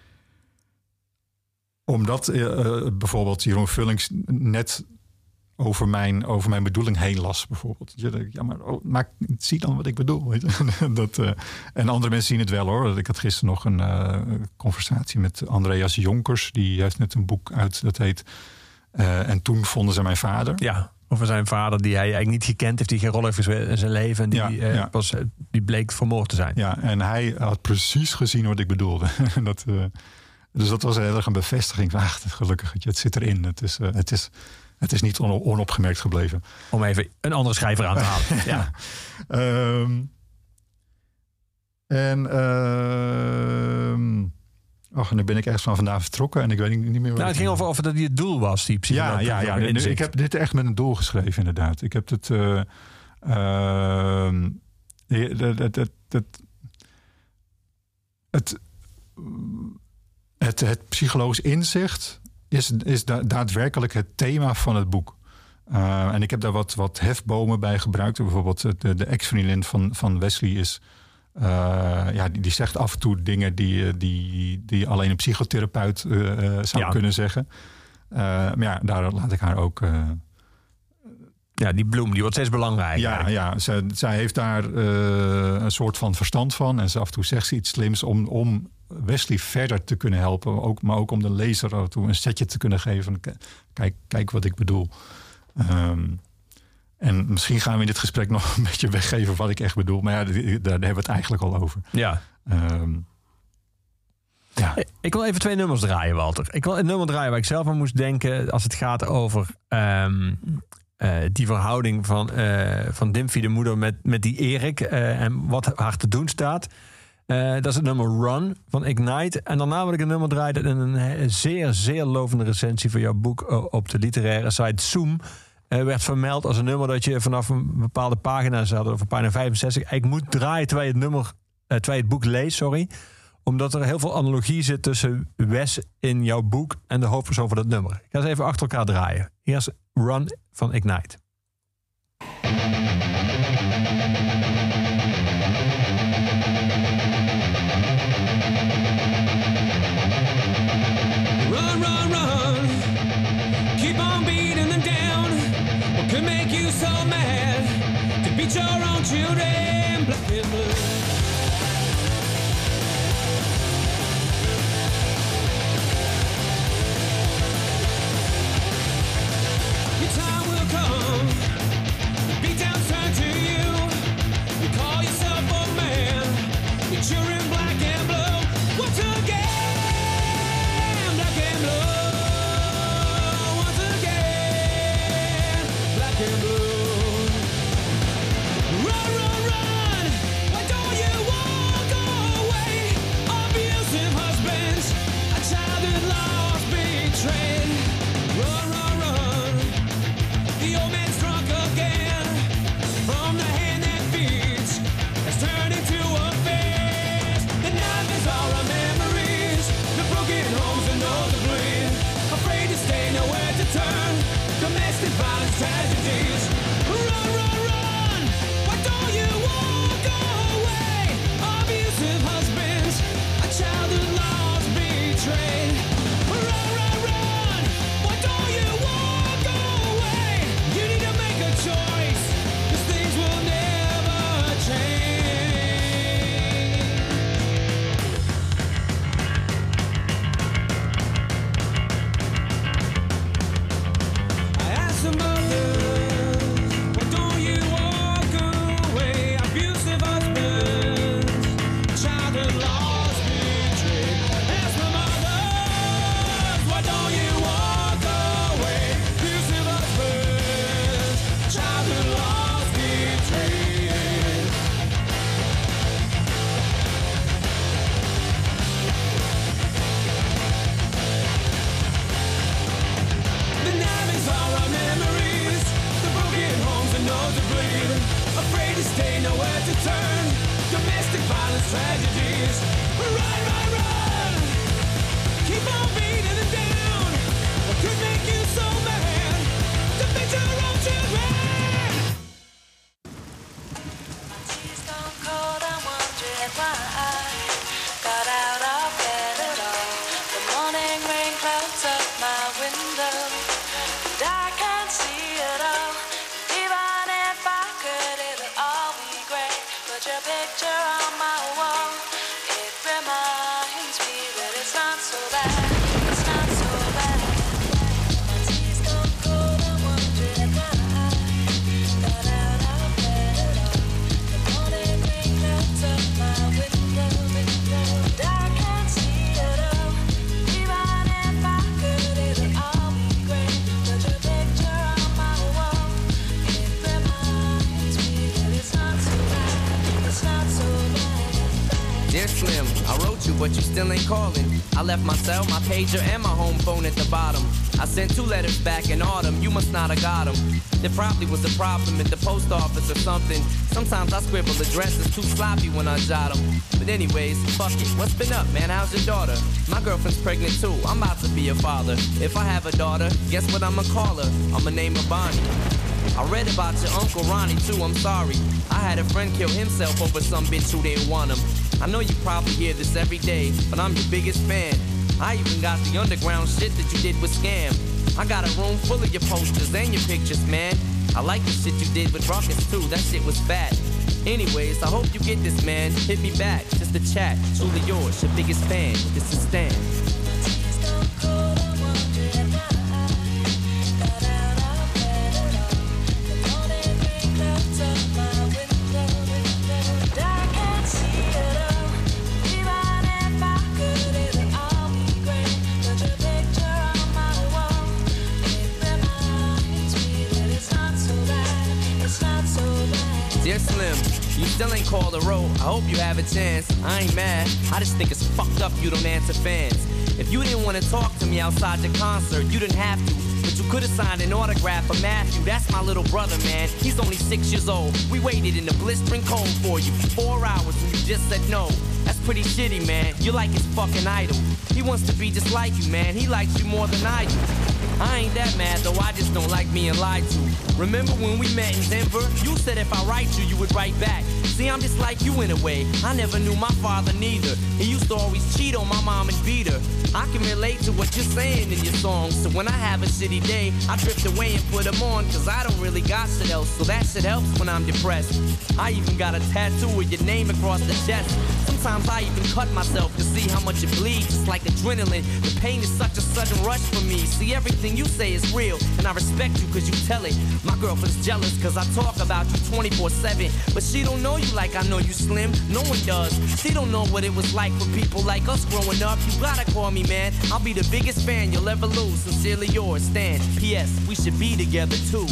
omdat uh, bijvoorbeeld Jeroen Vullings net over mijn, over mijn bedoeling heen las, bijvoorbeeld. Ja, maar oh, maak, zie dan wat ik bedoel. Weet je? dat, uh, en andere mensen zien het wel, hoor. Ik had gisteren nog een uh, conversatie met Andreas Jonkers. Die heeft net een boek uit, dat heet uh, En toen vonden ze mijn vader. Ja, over zijn vader die hij eigenlijk niet gekend heeft, die geen rol heeft in zijn leven. En die, ja, uh, ja. pas, die bleek vermoord te zijn. Ja, en hij had precies gezien wat ik bedoelde. dat, uh, dus dat was heel erg een bevestiging van, ach, gelukkig, het zit erin. Het is... Uh, het is Het is niet on- onopgemerkt gebleven. Om even een andere schrijver aan te halen. ja. um, en uh, oh, nu ben ik ergens van vandaan vertrokken en ik weet niet meer. Nou, het ging over of dat die het doel was, die ja, ja, ja. Nu, ik heb dit echt met een doel geschreven, inderdaad. Ik heb het. Uh, uh, het, het, het, het, het, het, het psychologisch inzicht is, is da- daadwerkelijk het thema van het boek. Uh, en ik heb daar wat, wat hefbomen bij gebruikt. Bijvoorbeeld de, de ex-vriendin van, van Wesley is... Uh, ja, die, die zegt af en toe dingen die, die, die alleen een psychotherapeut uh, zou ja. kunnen zeggen. Uh, maar ja, daar laat ik haar ook... Uh, ja, die bloem, die wordt steeds belangrijker. Ja, ja zij, zij heeft daar uh, een soort van verstand van. En ze af en toe zegt ze iets slims om... om Wesley verder te kunnen helpen. Ook, maar ook om de lezer af en toe een setje te kunnen geven. Kijk, kijk wat ik bedoel. Um, en misschien gaan we in dit gesprek nog een beetje weggeven wat ik echt bedoel. Maar ja, daar hebben we het eigenlijk al over. Ja. Um, ja. Ik wil even twee nummers draaien, Walter. Ik wil een nummer draaien waar ik zelf aan moest denken als het gaat over um, uh, die verhouding van, uh, van Dimfie, de moeder, met, met die Erik uh, en wat haar te doen staat. Uh, dat is het nummer Run van Ignite. En daarna wil ik een nummer draaien dat in een zeer, zeer lovende recensie van jouw boek uh, op de literaire site Zoom uh, werd vermeld als een nummer dat je vanaf een bepaalde pagina zat, of pagina vijfenzestig, eigenlijk moet draaien terwijl je het nummer, uh, terwijl je het boek leest, sorry. Omdat er heel veel analogie zit tussen Wes in jouw boek en de hoofdpersoon van dat nummer. Ik ga ze even achter elkaar draaien. Eerst Run van Ignite. Run, run, run. Keep on beating them down. What could make you so mad to beat your own children black and blue? Your time will come. The beat downs turn to you. You call yourself a man. Your children black and blue. Once again, black and blue. Once again, black and blue. Run, run, run. Why don't you walk away? Abusive husbands, a child who lost, betrayed. Run, run, run. The old man's drunk again. From the hand that feeds, has turned into a fist. The nightmares are our memories. The broken homes and those that bleed. Afraid to stay, nowhere to turn. Domestic violence tragedies. Run, run, run. Why don't you walk away? Abusive husbands, a child who lost, betrayed. Run, run, run. Why don't you walk away? You need to make a choice, 'cause things will never change. I asked some others wrote you, but you still ain't calling. I left my cell, my pager, and my home phone at the bottom. I sent two letters back in autumn, you must not have got them. There probably was a problem at the post office or something. Sometimes I scribble addresses too sloppy when I jot them. But anyways, fuck it, what's been up, man? How's your daughter? My girlfriend's pregnant too, I'm about to be a father. If I have a daughter, guess what I'ma call her? I'ma name her Bonnie. I read about your Uncle Ronnie too, I'm sorry. I had a friend kill himself over some bitch who didn't want him. I know you probably hear this every day, but I'm your biggest fan. I even got the underground shit that you did with Scam. I got a room full of your posters and your pictures, man. I like the shit you did with Ruckus too, that shit was fat. Anyways, I hope you get this, man. Hit me back, just a chat. Truly yours, your biggest fan. This is Stan. Dear Slim, you still ain't called a road. I hope you have a chance. I ain't mad. I just think it's fucked up you don't answer fans. If you didn't want to talk to me outside the concert, you didn't have to. But you could have signed an autograph for Matthew. That's my little brother, man. He's only six years old. We waited in the blistering cold for you for four hours when you just said no. That's pretty shitty, man. You're like his fucking idol. He wants to be just like you, man. He likes you more than I do. I ain't that mad, though I just don't like being lied to. Remember when we met in Denver? You said if I write you, you would write back. See, I'm just like you in a way. I never knew my father neither. He used to always cheat on my mom and beat her. I can relate to what you're saying in your songs. So when I have a shitty day, I drift away and put them on. Cause I don't really got shit else. So that shit helps when I'm depressed. I even got a tattoo with your name across the chest. Sometimes I even cut myself to see how much it bleeds. It's like adrenaline. The pain is such a sudden rush for me. See, everything you say is real, and I respect you cause you tell it. My girlfriend's jealous cause I talk about you twenty-four seven. But she don't know you like I know you, Slim. No one does. She don't know what it was like for people like us growing up. You gotta call me, man. I'll be the biggest fan you'll ever lose. Sincerely yours, Stan. P S. We should be together too.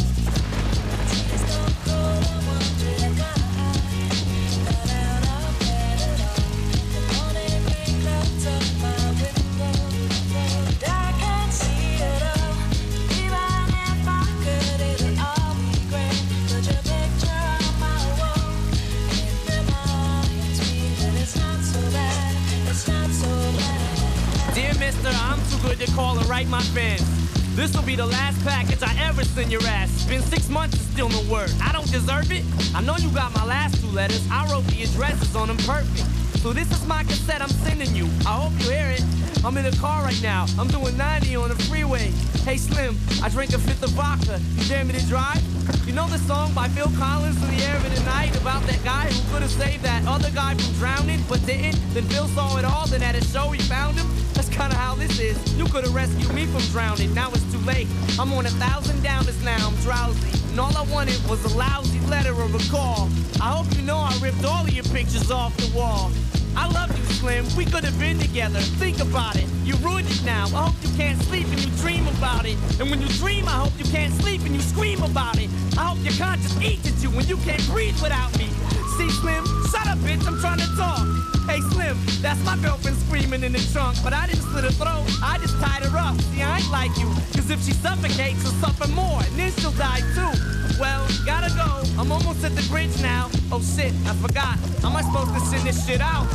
I'm too good to call and write my fans. This'll be the last package I ever send your ass. It's been six months and still no word. I don't deserve it. I know you got my last two letters. I wrote the addresses on them perfect. So this is my cassette I'm sending you. I hope you hear it. I'm in a car right now. I'm doing ninety on the freeway. Hey Slim, I drank a fifth of vodka. You dare me to drive? You know the song by Phil Collins, In the Air of the Night, about that guy who could have saved that other guy from drowning, but didn't? Then Phil saw it all, then at a show he found him. That's kinda how this is. You could have rescued me from drowning, now it's too late. I'm on a thousand downers now, I'm drowsy. And all I wanted was a lousy letter or a call. I hope you know I ripped all of your pictures off the wall. I love you, Slim. We could have been together. Think about it. You ruined it now. I hope you can't sleep and you dream about it. And when you dream, I hope you can't sleep and you scream about it. I hope your conscience eats at you when you can't breathe without me. See, Slim? Shut up, bitch. I'm trying to talk. Hey, Slim, that's my girlfriend screaming in the trunk. But I didn't slit her throat. I just tied her up. See, I ain't like you. Cause if she suffocates, she'll suffer more. And then she'll die, too. Well, gotta go. I'm almost at the bridge now. Oh, shit, I forgot. How am I supposed to send this shit out?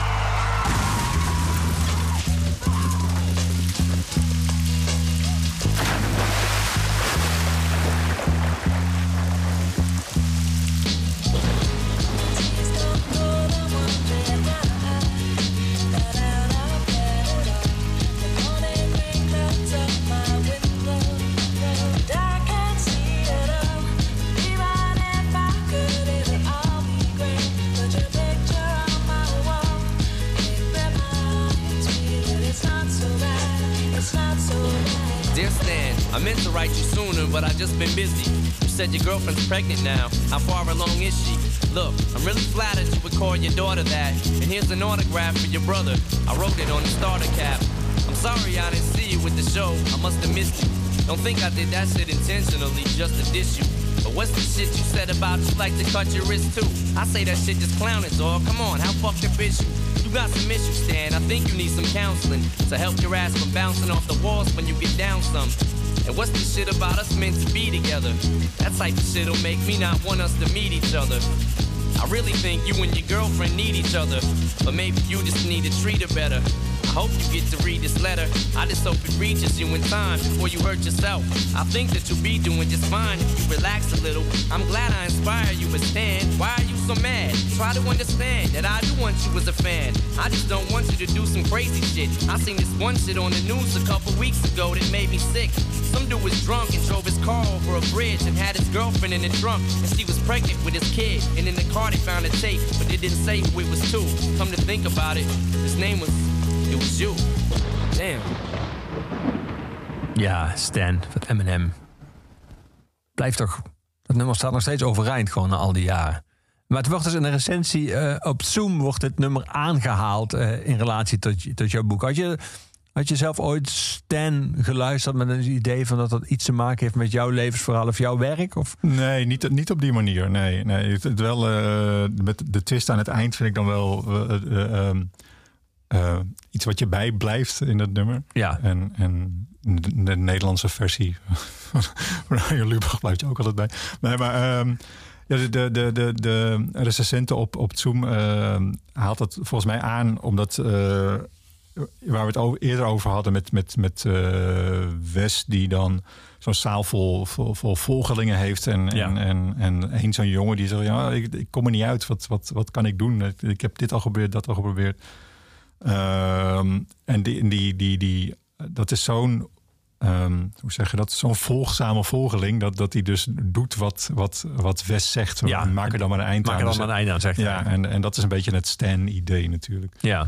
I meant to write you sooner, but I've just been busy. You said your girlfriend's pregnant now. How far along is she? Look, I'm really flattered you would call your daughter that. And here's an autograph for your brother. I wrote it on the starter cap. I'm sorry I didn't see you with the show. I must have missed you. Don't think I did that shit intentionally just to diss you. But what's the shit you said about you like to cut your wrist too? I say that shit just clowning, dog. Come on, how fucking bitch you? You got some issues, Stan. I think you need some counseling to help your ass from bouncing off the walls when you get down some. And what's the shit about us meant to be together? That type of shit'll make me not want us to meet each other. I really think you and your girlfriend need each other, but maybe you just need to treat her better. I hope you get to read this letter. I just hope it reaches you in time before you hurt yourself. I think that you'll be doing just fine if you relax a little. I'm glad I inspire you, but Stan, why are you so mad? Try to understand that I do want you as a fan. I just don't want you to do some crazy shit. I seen this one shit on the news a couple weeks ago that made me sick. Some dude was drunk and drove his car over a bridge and had his girlfriend in the trunk, and she was pregnant with his kid. And in the car they found a tape, but they didn't say who it was to. Come to think about it, his name was, it was you. Damn. Ja, Stan van Eminem. Blijft toch... Dat nummer staat nog steeds overeind gewoon na al die jaren. Maar het wordt dus in een recensie uh, op Zoom wordt het nummer aangehaald uh, in relatie tot, tot jouw boek. Had je, had je zelf ooit Stan geluisterd met een idee van dat dat iets te maken heeft met jouw levensverhaal of jouw werk? Of? Nee, niet, niet op die manier. Nee, nee. Het, het wel, uh, met de twist aan het eind vind ik dan wel uh, uh, um, uh, iets wat je bijblijft in dat nummer. Ja. En, en de, de Nederlandse versie van Arjen Lubach blijft je ook altijd bij. Nee, maar... Um, Ja, de, de, de, de, de recensenten op, op Zoom uh, haalt het volgens mij aan, omdat uh, waar we het over, eerder over hadden met, met, met uh, Wes, die dan zo'n zaal vol, vol, vol volgelingen heeft. En, ja. en, en, en één zo'n jongen die zegt, ja, ik, ik kom er niet uit. Wat, wat, wat kan ik doen? Ik, ik heb dit al geprobeerd, dat al geprobeerd. Uh, en die, die, die, die, dat is zo'n... Um, hoe zeg je dat? Zo'n volgzame volgeling dat, dat hij dus doet wat, wat, wat Wes zegt. Ja, maak er dan maar een eind maak aan. Maak er dan maar een eind aan, zegt ja, hij. En, en dat is een beetje het Stan-idee natuurlijk. Ja.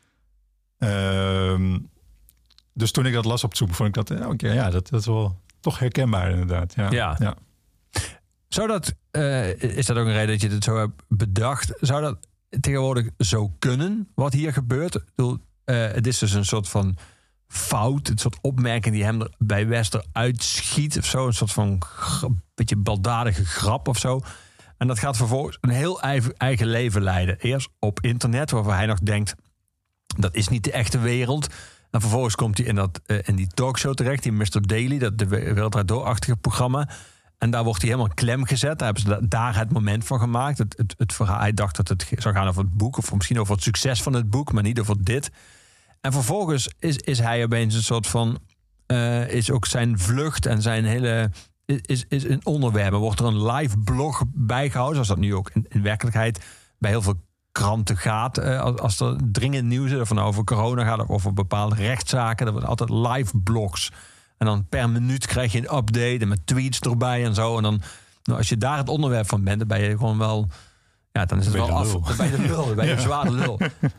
Um, dus toen ik dat las op Zoom, vond ik dat... Oké, okay, ja, dat, dat is wel toch herkenbaar inderdaad. Ja. Ja. ja. Zou dat... Uh, is dat ook een reden dat je het zo hebt bedacht? Zou dat tegenwoordig zo kunnen, wat hier gebeurt? Ik bedoel, uh, het is dus een soort van... fout, een soort opmerking die hem er bij Wester uitschiet of zo. Een soort van g- beetje baldadige grap of zo. En dat gaat vervolgens een heel eigen, eigen leven leiden. Eerst op internet, waarvan hij nog denkt... dat is niet de echte wereld. En vervolgens komt hij in, dat, uh, in die talkshow terecht, die mister Daily... dat de Wereld Draait Door-achtige programma. En daar wordt hij helemaal klem gezet. Daar hebben ze daar het moment van gemaakt. Het, het, het verhaal, hij dacht dat het zou gaan over het boek... of misschien over het succes van het boek, maar niet over dit... En vervolgens is, is hij opeens een soort van... Uh, is ook zijn vlucht en zijn hele... is, is een onderwerp. Er wordt er een live blog bijgehouden... zoals dat nu ook in, in werkelijkheid bij heel veel kranten gaat. Uh, als, als er dringend nieuws is... of het nou over corona gaat of over bepaalde rechtszaken... er worden altijd live blogs. En dan per minuut krijg je een update... en met tweets erbij en zo. En dan, nou, als je daar het onderwerp van bent... dan ben je gewoon wel... ja, dan is het wel af. Dan ben je de lul. Dan ben je een zware lul.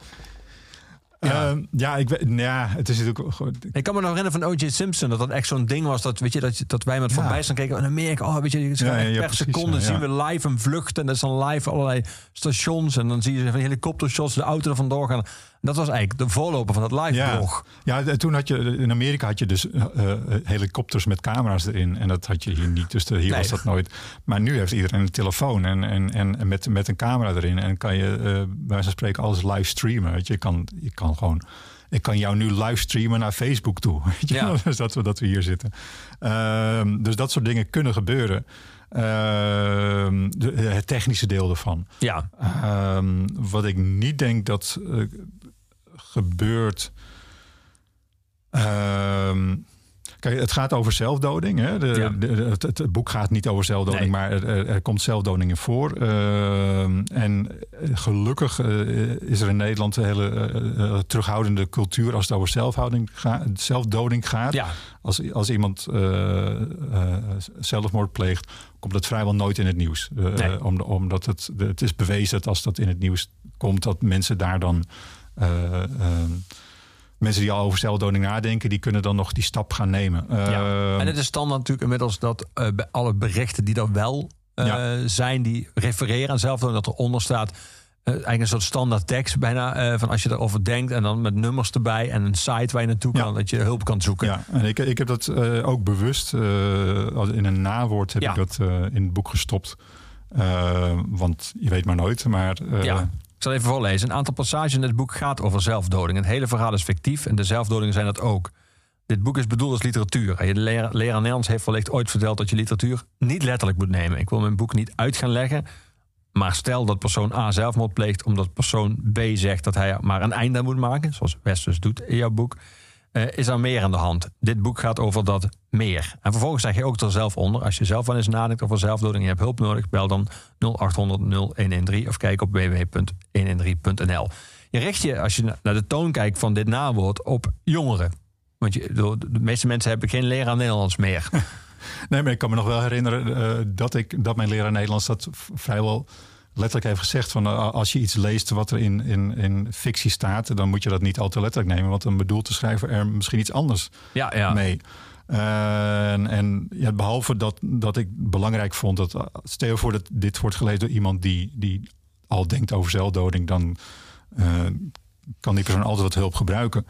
Ja, uh, ja, ik weet, ja, het is natuurlijk gewoon... Ik kan me nog herinneren van O J Simpson dat dat echt zo'n ding was dat weet je dat, dat wij met Van ja. Bijstand keken in Amerika. Oh, weet je, ja, ja, ja, per precies, seconde ja, zien we live een vlucht en dat is dan live allerlei stations en dan zie je van helikoptershots de auto er vandoor gaan. Dat was eigenlijk de voorloper van dat live ja. blog. Ja, toen had je in Amerika had je dus uh, helikopters met camera's erin en dat had je hier niet. Dus de, hier nee. was dat nooit. Maar nu heeft iedereen een telefoon en, en, en met, met een camera erin en kan je uh, bij wijze van spreken alles live streamen. Weet je, je kan, je kan gewoon. Ik kan jou nu live streamen naar Facebook toe. Weet je? Ja. Dus dat we, dat we hier zitten. Uh, dus dat soort dingen kunnen gebeuren. Uh, de, het technische deel ervan. Ja. Uh, wat ik niet denk dat uh, gebeurt. Uh, kijk, het gaat over zelfdoding. Hè? De, ja. de, de, het, het boek gaat niet over zelfdoding, nee. maar er, er komt zelfdoding in voor. Uh, en gelukkig uh, is er in Nederland een hele uh, terughoudende cultuur als het over zelfhouding ga, zelfdoding gaat. Ja. Als, als iemand uh, uh, zelfmoord pleegt, komt dat vrijwel nooit in het nieuws. Uh, nee. om, omdat het, het is bewezen dat als dat in het nieuws komt, dat mensen daar dan... Uh, uh, mensen die al over zelfdoding nadenken, die kunnen dan nog die stap gaan nemen. Uh, ja. En het is dan natuurlijk inmiddels dat uh, bij alle berichten die er wel uh, ja. zijn, die refereren aan zelfdoding, dat eronder staat... eigenlijk een soort standaard tekst bijna. Uh, van als je erover denkt en dan met nummers erbij en een site waar je naartoe kan, ja. dat je hulp kan zoeken. Ja, en ik, ik heb dat uh, ook bewust uh, in een nawoord heb ja. ik dat uh, in het boek gestopt. Uh, want je weet maar nooit. Maar, uh, ja. Ik zal even voorlezen. Een aantal passages in het boek gaat over zelfdoding. Het hele verhaal is fictief en de zelfdodingen zijn dat ook. Dit boek is bedoeld als literatuur. De leraar, leraar Nederlands heeft wellicht ooit verteld dat je literatuur niet letterlijk moet nemen. Ik wil mijn boek niet uit gaan leggen. Maar stel dat persoon A zelfmoord pleegt omdat persoon B zegt dat hij maar een einde moet maken, zoals West dus doet in jouw boek, uh, is er meer aan de hand. Dit boek gaat over dat meer. En vervolgens zeg je ook er zelf onder, als je zelf wel eens nadenkt over zelfdoding en je hebt hulp nodig, bel dan nul acht honderd nul een een drie of kijk op w w w punt honderddertien punt n l. Je richt je, als je naar de toon kijkt van dit nawoord, op jongeren. Want je, de meeste mensen hebben geen leraar Nederlands meer. Nee, maar ik kan me nog wel herinneren uh, dat, ik, dat mijn leraar Nederlands dat vrijwel letterlijk heeft gezegd. Van, uh, als je iets leest wat er in, in, in fictie staat, dan moet je dat niet al te letterlijk nemen. Want dan bedoelt de schrijver er misschien iets anders ja, ja. mee. Uh, en en ja, behalve dat, dat ik belangrijk vond dat, uh, stel je voor dat dit wordt gelezen door iemand die, die al denkt over zelfdoding, dan uh, kan die persoon altijd wat hulp gebruiken.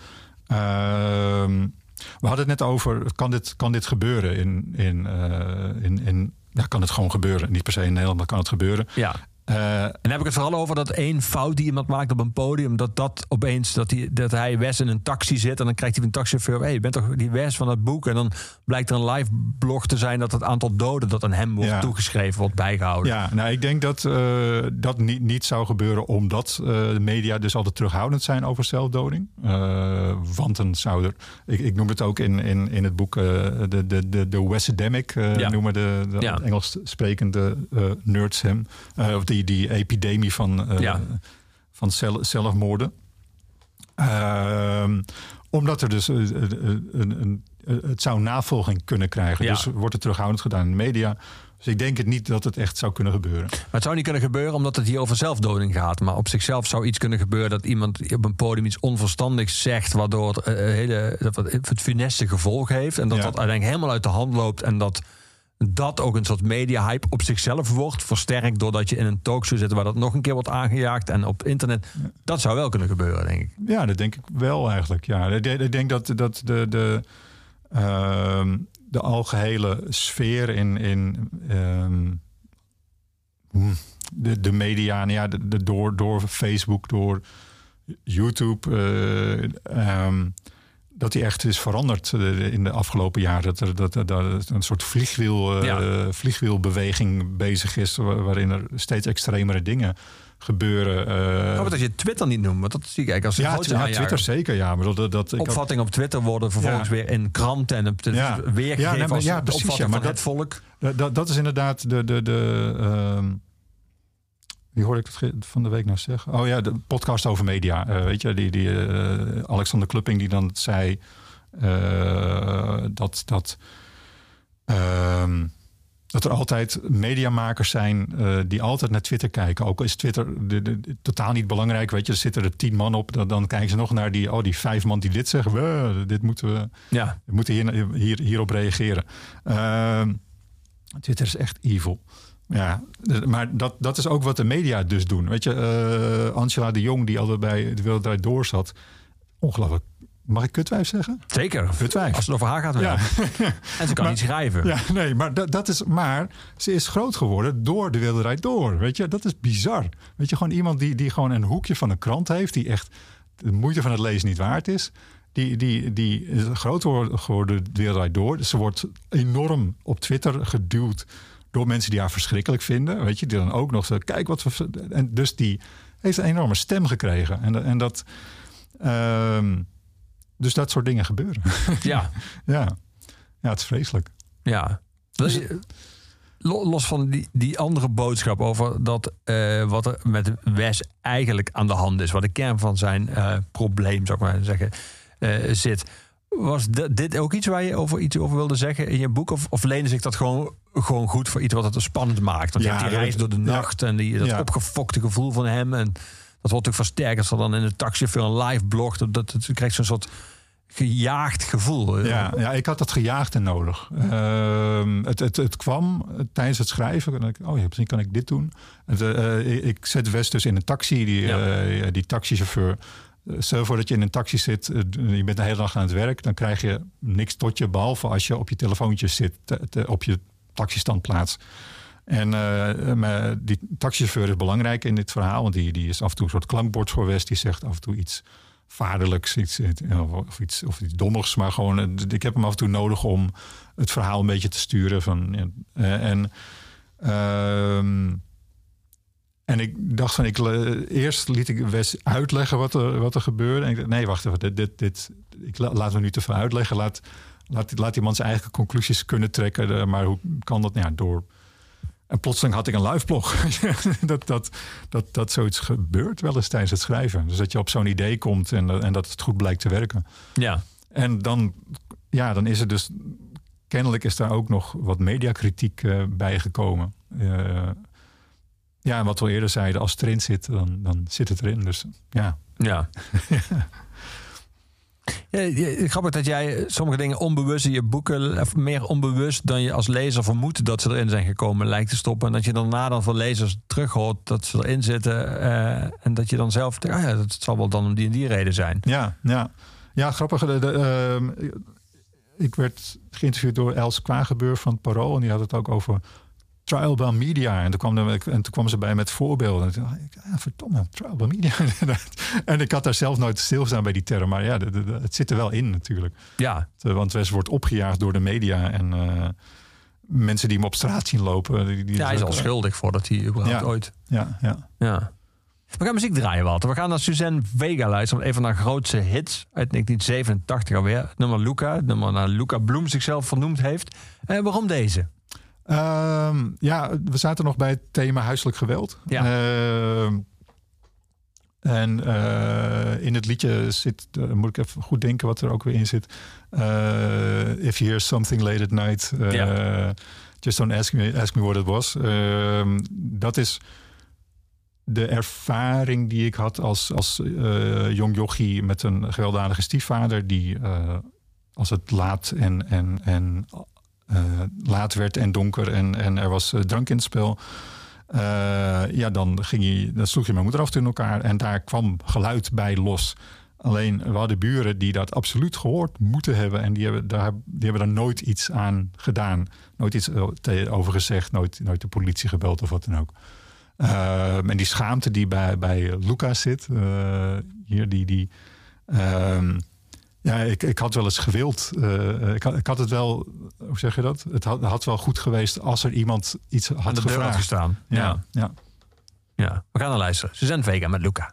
Uh, We hadden het net over, kan dit, kan dit gebeuren? In, in, uh, in, in, ja, kan het gewoon gebeuren? Niet per se in Nederland, maar kan het gebeuren? Ja. Uh, en dan heb ik het vooral over dat één fout die iemand maakt op een podium, dat dat opeens, dat, die, dat hij Wes in een taxi zit en dan krijgt hij een taxichauffeur, hé, hey, je bent toch die Wes van het boek? En dan blijkt er een live blog te zijn dat het aantal doden dat aan hem wordt ja. toegeschreven, wordt bijgehouden. Ja, nou, ik denk dat uh, dat niet, niet zou gebeuren omdat uh, de media dus altijd terughoudend zijn over zelfdoding. Uh, want dan zou er, ik, ik noem het ook in, in, in het boek uh, de, de, de, de Wesedemic, uh, ja. noemen de, de ja. Engels sprekende uh, nerds hem. Uh, of die, die epidemie van, uh, ja. van zelf, zelfmoorden. Uh, omdat er dus uh, een, een, een, het zou navolging kunnen krijgen. Ja. Dus wordt het terughoudend gedaan in de media. Dus ik denk het niet dat het echt zou kunnen gebeuren. Maar het zou niet kunnen gebeuren omdat het hier over zelfdoding gaat. Maar op zichzelf zou iets kunnen gebeuren dat iemand op een podium iets onverstandigs zegt, waardoor het, uh, hele, dat het funeste gevolg heeft. En dat ja. dat uiteindelijk helemaal uit de hand loopt. En dat dat ook een soort media-hype op zichzelf wordt. Versterkt doordat je in een talkshow zit waar dat nog een keer wordt aangejaagd. En op internet. Ja. Dat zou wel kunnen gebeuren, denk ik. Ja, dat denk ik wel eigenlijk. Ja, ik denk dat, dat de, de, uh, de algehele sfeer in, in um, de, de media, nou ja, de, de, door, door Facebook, door YouTube, uh, um, dat die echt is veranderd in de afgelopen jaren. Dat er, dat, dat, dat een soort vliegwiel, ja. uh, vliegwielbeweging bezig is, waarin er steeds extremere dingen gebeuren. Uh, oh, dat je Twitter niet noemt, want dat zie ik eigenlijk als een ja, grootste ja, Twitter zeker, ja. Maar dat, dat, opvattingen op Twitter worden vervolgens ja. weer in kranten en op de ja. weergegeven ja, nee, maar, als ja, precies, de opvatting ja, maar van dat, het volk. Dat, dat is inderdaad de... de, de uh, wie hoorde ik het van de week nou zeggen? Oh ja, de podcast over media. Uh, weet je, die, die uh, Alexander Klupping die dan zei uh, dat, dat, uh, dat er altijd mediamakers zijn uh, die altijd naar Twitter kijken. Ook is Twitter de, de, de, totaal niet belangrijk. Weet je, er zitten er tien man op. Dan, dan kijken ze nog naar die, oh, die vijf man die dit zeggen. We, dit moeten we, ja. we moeten hier, hier, hierop reageren. Uh, Twitter is echt evil. Ja, maar dat, dat is ook wat de media dus doen. Weet je, uh, Angela de Jong, die altijd bij De Wereld Draait Door zat. Ongelooflijk. Mag ik kutwijf zeggen? Zeker. Kutwijf. Als het over haar gaat, wel. Ja. En ze kan maar, niet schrijven. Ja, nee, maar dat, dat is. Maar ze is groot geworden door De Wereld Draait Door. Weet je, dat is bizar. Weet je, gewoon iemand die, die gewoon een hoekje van een krant heeft, die echt de moeite van het lezen niet waard is. Die, die, die is groot geworden, De Wereld Draait Door. Dus ze wordt enorm op Twitter geduwd door mensen die haar verschrikkelijk vinden. Weet je, die dan ook nog zo, kijk wat we. En dus die heeft een enorme stem gekregen. En, en dat. Um, dus dat soort dingen gebeuren. Ja. ja. Ja, het is vreselijk. Ja. Dus, los van die, die andere boodschap over dat uh, wat er met Wes eigenlijk aan de hand is, wat de kern van zijn uh, probleem, zou ik maar zeggen, uh, zit. Was d- dit ook iets waar je over iets over wilde zeggen in je boek? Of, of leende zich dat gewoon, gewoon goed voor iets wat het spannend maakt? Want ja, je hebt die reis door de nacht ja. en die, dat ja. opgefokte gevoel van hem. En dat wordt ook versterkt als er dan in de taxi voor een live blog. Dat, dat, dat krijgt zo'n soort gejaagd gevoel. Ja, ja, ik had dat gejaagde nodig. Uh, het, het, het kwam tijdens het schrijven. Dan dacht ik, oh ja, misschien kan ik dit doen. Het, uh, ik zet Wes dus in een taxi. Die, ja. uh, die taxichauffeur. Stel voor dat je in een taxi zit. Uh, je bent de hele dag aan het werk. Dan krijg je niks tot je. Behalve als je op je telefoontje zit. Te, te, op je taxistandplaats. En uh, die taxichauffeur is belangrijk in dit verhaal. Want die, die is af en toe een soort klankbord voor Wes. Die zegt af en toe iets vaderlijks, iets, of, iets, of iets dommigs. Maar gewoon, ik heb hem af en toe nodig om het verhaal een beetje te sturen. Van, en, uh, en ik dacht van, ik, eerst liet ik Wes uitleggen wat er, wat er gebeurde. En ik dacht, nee, wacht even, dit, dit, dit, ik laat me nu te veel uitleggen. Laat, laat, laat die man zijn eigen conclusies kunnen trekken. Maar hoe kan dat? Nou ja, door... En plotseling had ik een liveblog. dat, dat, dat, dat zoiets gebeurt wel eens tijdens het schrijven. Dus dat je op zo'n idee komt en, en dat het goed blijkt te werken. Ja. En dan, ja, dan is er dus... Kennelijk is daar ook nog wat mediakritiek uh, bij gekomen. Uh, ja, en wat we al eerder zeiden, als het erin zit, dan, dan zit het erin. Dus ja. Ja. Ja, grappig dat jij sommige dingen onbewust in je boeken, of meer onbewust dan je als lezer vermoedt dat ze erin zijn gekomen, lijkt te stoppen. En dat je daarna dan van lezers terug hoort dat ze erin zitten. Uh, en dat je dan zelf denkt, ah ja, dat zal wel dan om die en die reden zijn. Ja, ja. Ja, grappig. De, de, uh, ik werd geïnterviewd door Els Kwagebeur van het Parool. En die had het ook over trial by media. En toen kwam, er, en toen kwam ze bij met voorbeelden. En toen dacht ik, ja, verdomme, trial by media. En ik had daar zelf nooit stilstaan bij die term. Maar ja, de, de, de, het zit er wel in natuurlijk. Ja. Want Wes wordt opgejaagd door de media. En uh, mensen die hem op straat zien lopen. Die, die ja, hij is al uh, schuldig voordat hij überhaupt ja, ooit... Ja, ja. ja. We gaan muziek draaien, Walter. We gaan naar Suzanne Vega luisteren. Een van haar grootste hits uit negentien zevenentachtig alweer. Het nummer Luca. Het nummer naar Luca Bloem zichzelf vernoemd heeft. Uh, waarom deze? Um, ja, we zaten nog bij het thema huiselijk geweld. Ja. Uh, en uh, in het liedje zit, uh, moet ik even goed denken wat er ook weer in zit. Uh, if you hear something late at night, uh, ja. just don't ask me, ask me what it was. Uh, dat is de ervaring die ik had als, als uh, jong jochie met een gewelddadige stiefvader die uh, als het laat en, en, en uh, laat werd en donker en, en er was uh, drank in het spel. Uh, ja, dan, ging je, dan sloeg je mijn moeder af en toe in elkaar en daar kwam geluid bij los. Alleen, we hadden buren die dat absoluut gehoord moeten hebben en die hebben daar, die hebben daar nooit iets aan gedaan. Nooit iets over gezegd, nooit, nooit de politie gebeld of wat dan ook. Uh, en die schaamte die bij, bij Luca zit, uh, hier die... die uh, ja, ik, ik had wel eens gewild. Uh, ik, had, ik had het wel, hoe zeg je dat? Het had, had wel goed geweest als er iemand iets had aan de gevraagd. deur had gestaan. Ja, ja. Ja. ja, we gaan naar luisteren. Suzanne Vega met Luca.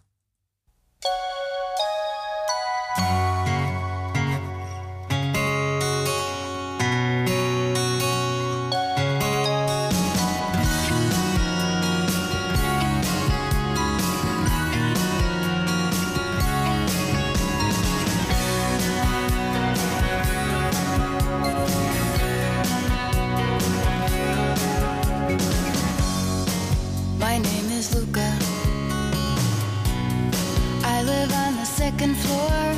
Second floor.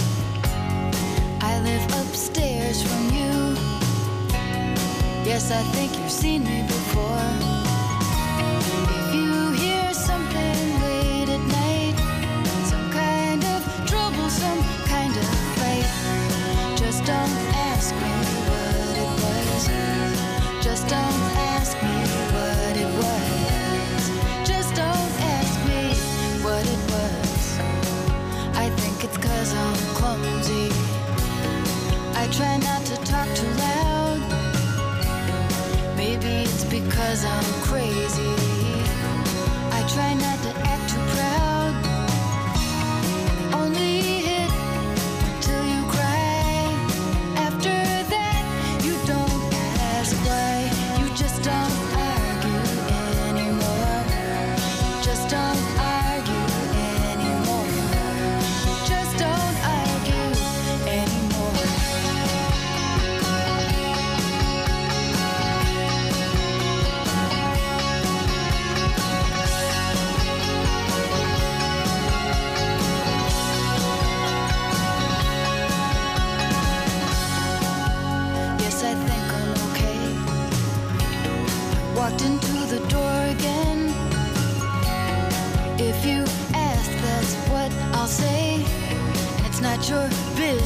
I live upstairs from you. Yes, I think you've seen me before. If you hear something late at night, some kind of trouble, some kind of fight, just don't ask me what it was. Just don't ask me what it was. Just don't ask me what it was. I think it's 'cause I'm clumsy. I try not to talk too loud. Maybe it's because I'm crazy. I try not to act too proud. Only hit till you cry. After that, you don't ask why. You just don't argue anymore. Just don't argue anymore. Just don't argue anymore.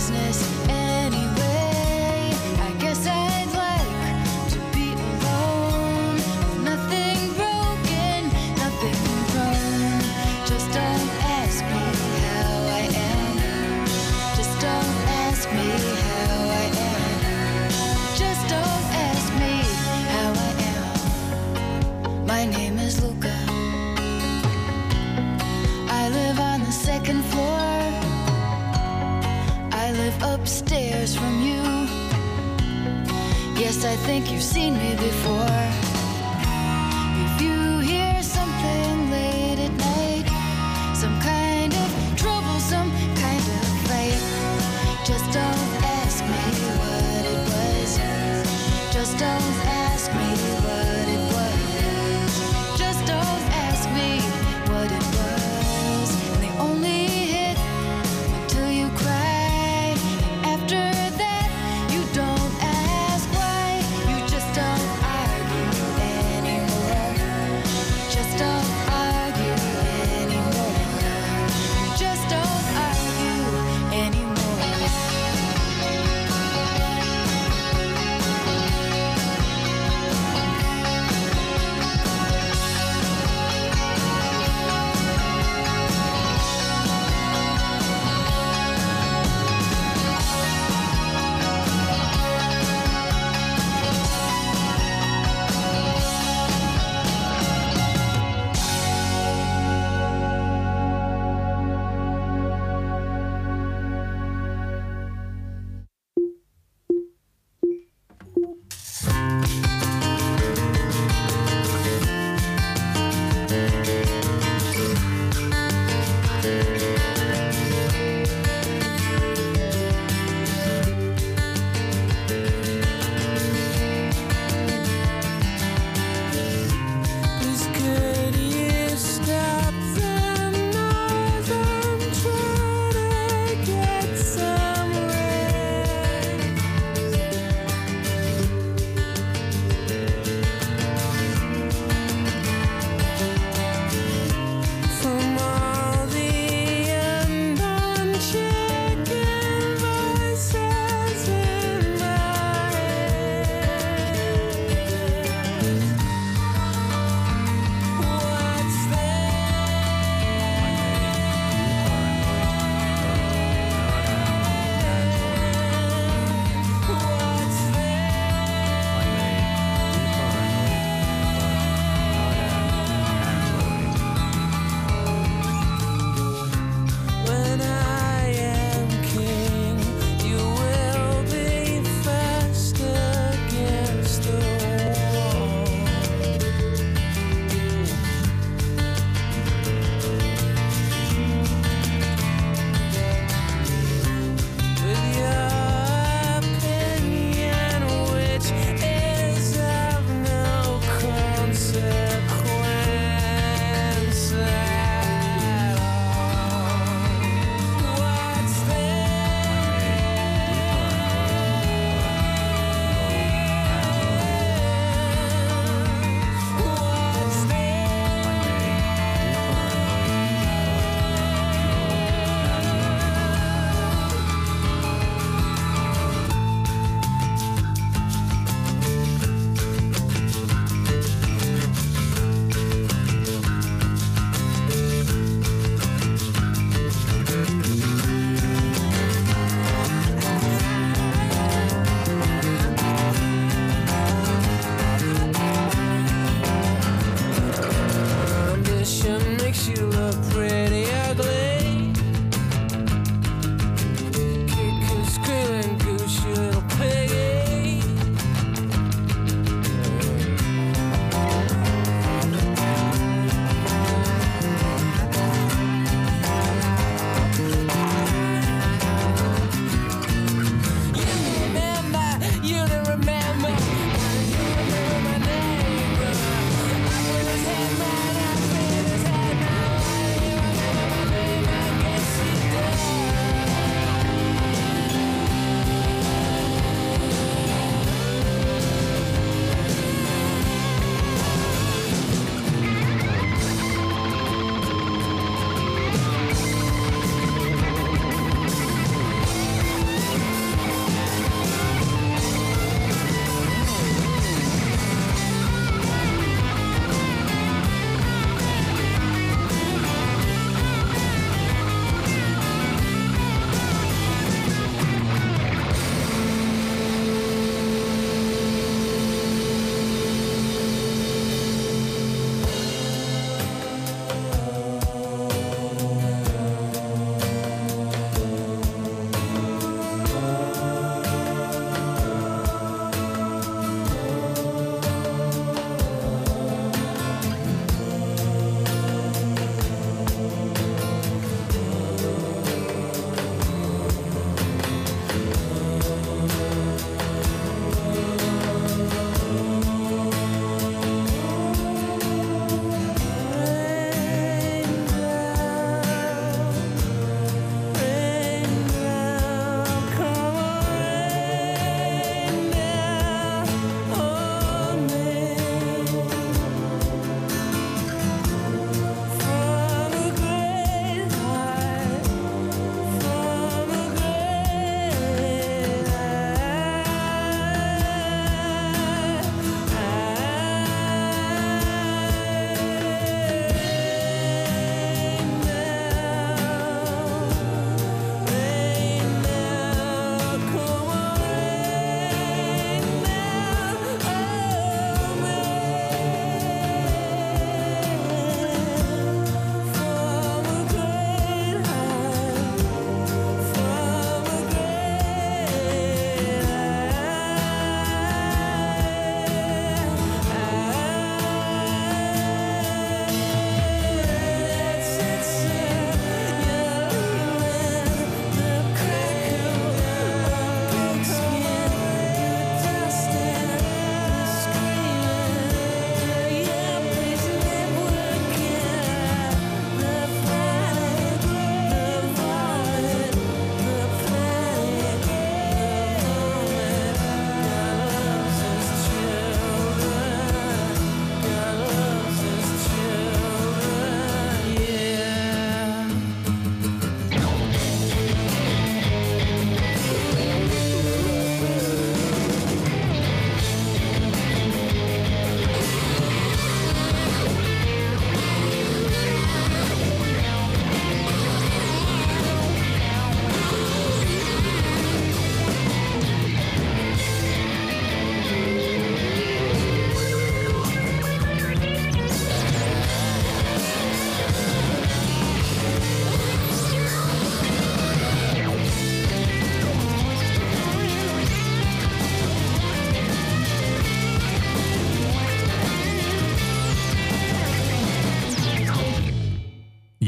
business anyway. I guess I'd like to be alone. Nothing broken, nothing wrong. Just don't ask me how I am. Just don't ask me how I am. Just don't ask me how I am. My name is Luca. I live on the second floor. I live upstairs from you. Yes, I think you've seen me before. If you hear something late at night, some kind of trouble, some kind of fight, just don't ask me what it was. Just don't ask me what it was. Just don't ask me what it was. And they only hit until you cry. After that, you don't ask why. You just don't argue anymore. Just don't argue anymore. You just don't argue anymore.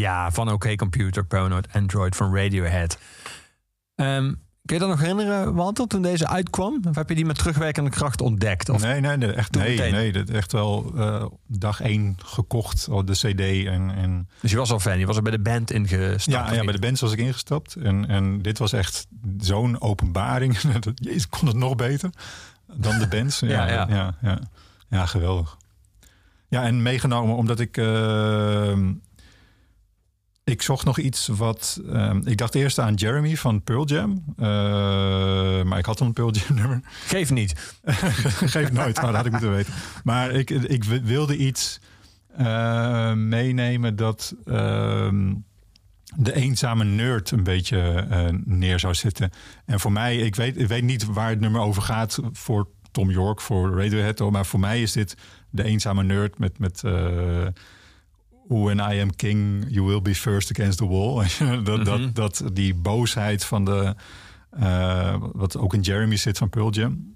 Ja, van OK Computer, Paranoid Android van Radiohead. Um, kun je dat nog herinneren, Walter, toen deze uitkwam? Of heb je die met terugwerkende kracht ontdekt? Of nee, nee, nee, echt, nee, nee, dat echt wel uh, dag één gekocht, de cd. En, en... Dus je was al fan, je was er bij de band ingestapt? Ja, ja bij de band was ik ingestapt. En, en dit was echt zo'n openbaring. Jezus, kon het nog beter dan de bands. Ja, ja, ja. ja, ja. ja geweldig. Ja, en meegenomen omdat ik... Uh, ik zocht nog iets wat... Uh, ik dacht eerst aan Jeremy van Pearl Jam. Uh, maar ik had al een Pearl Jam nummer. Geef niet. Geef nooit, nou, dat had ik moeten weten. Maar ik, ik wilde iets uh, meenemen dat... Uh, de eenzame nerd een beetje uh, neer zou zitten. En voor mij, ik weet, ik weet niet waar het nummer over gaat... voor Tom York, voor Radiohead. Maar voor mij is dit de eenzame nerd met... met uh, when I am king, you will be first against the wall. dat, mm-hmm. dat, dat die boosheid van de... Uh, wat ook in Jeremy zit van Pearl Jam...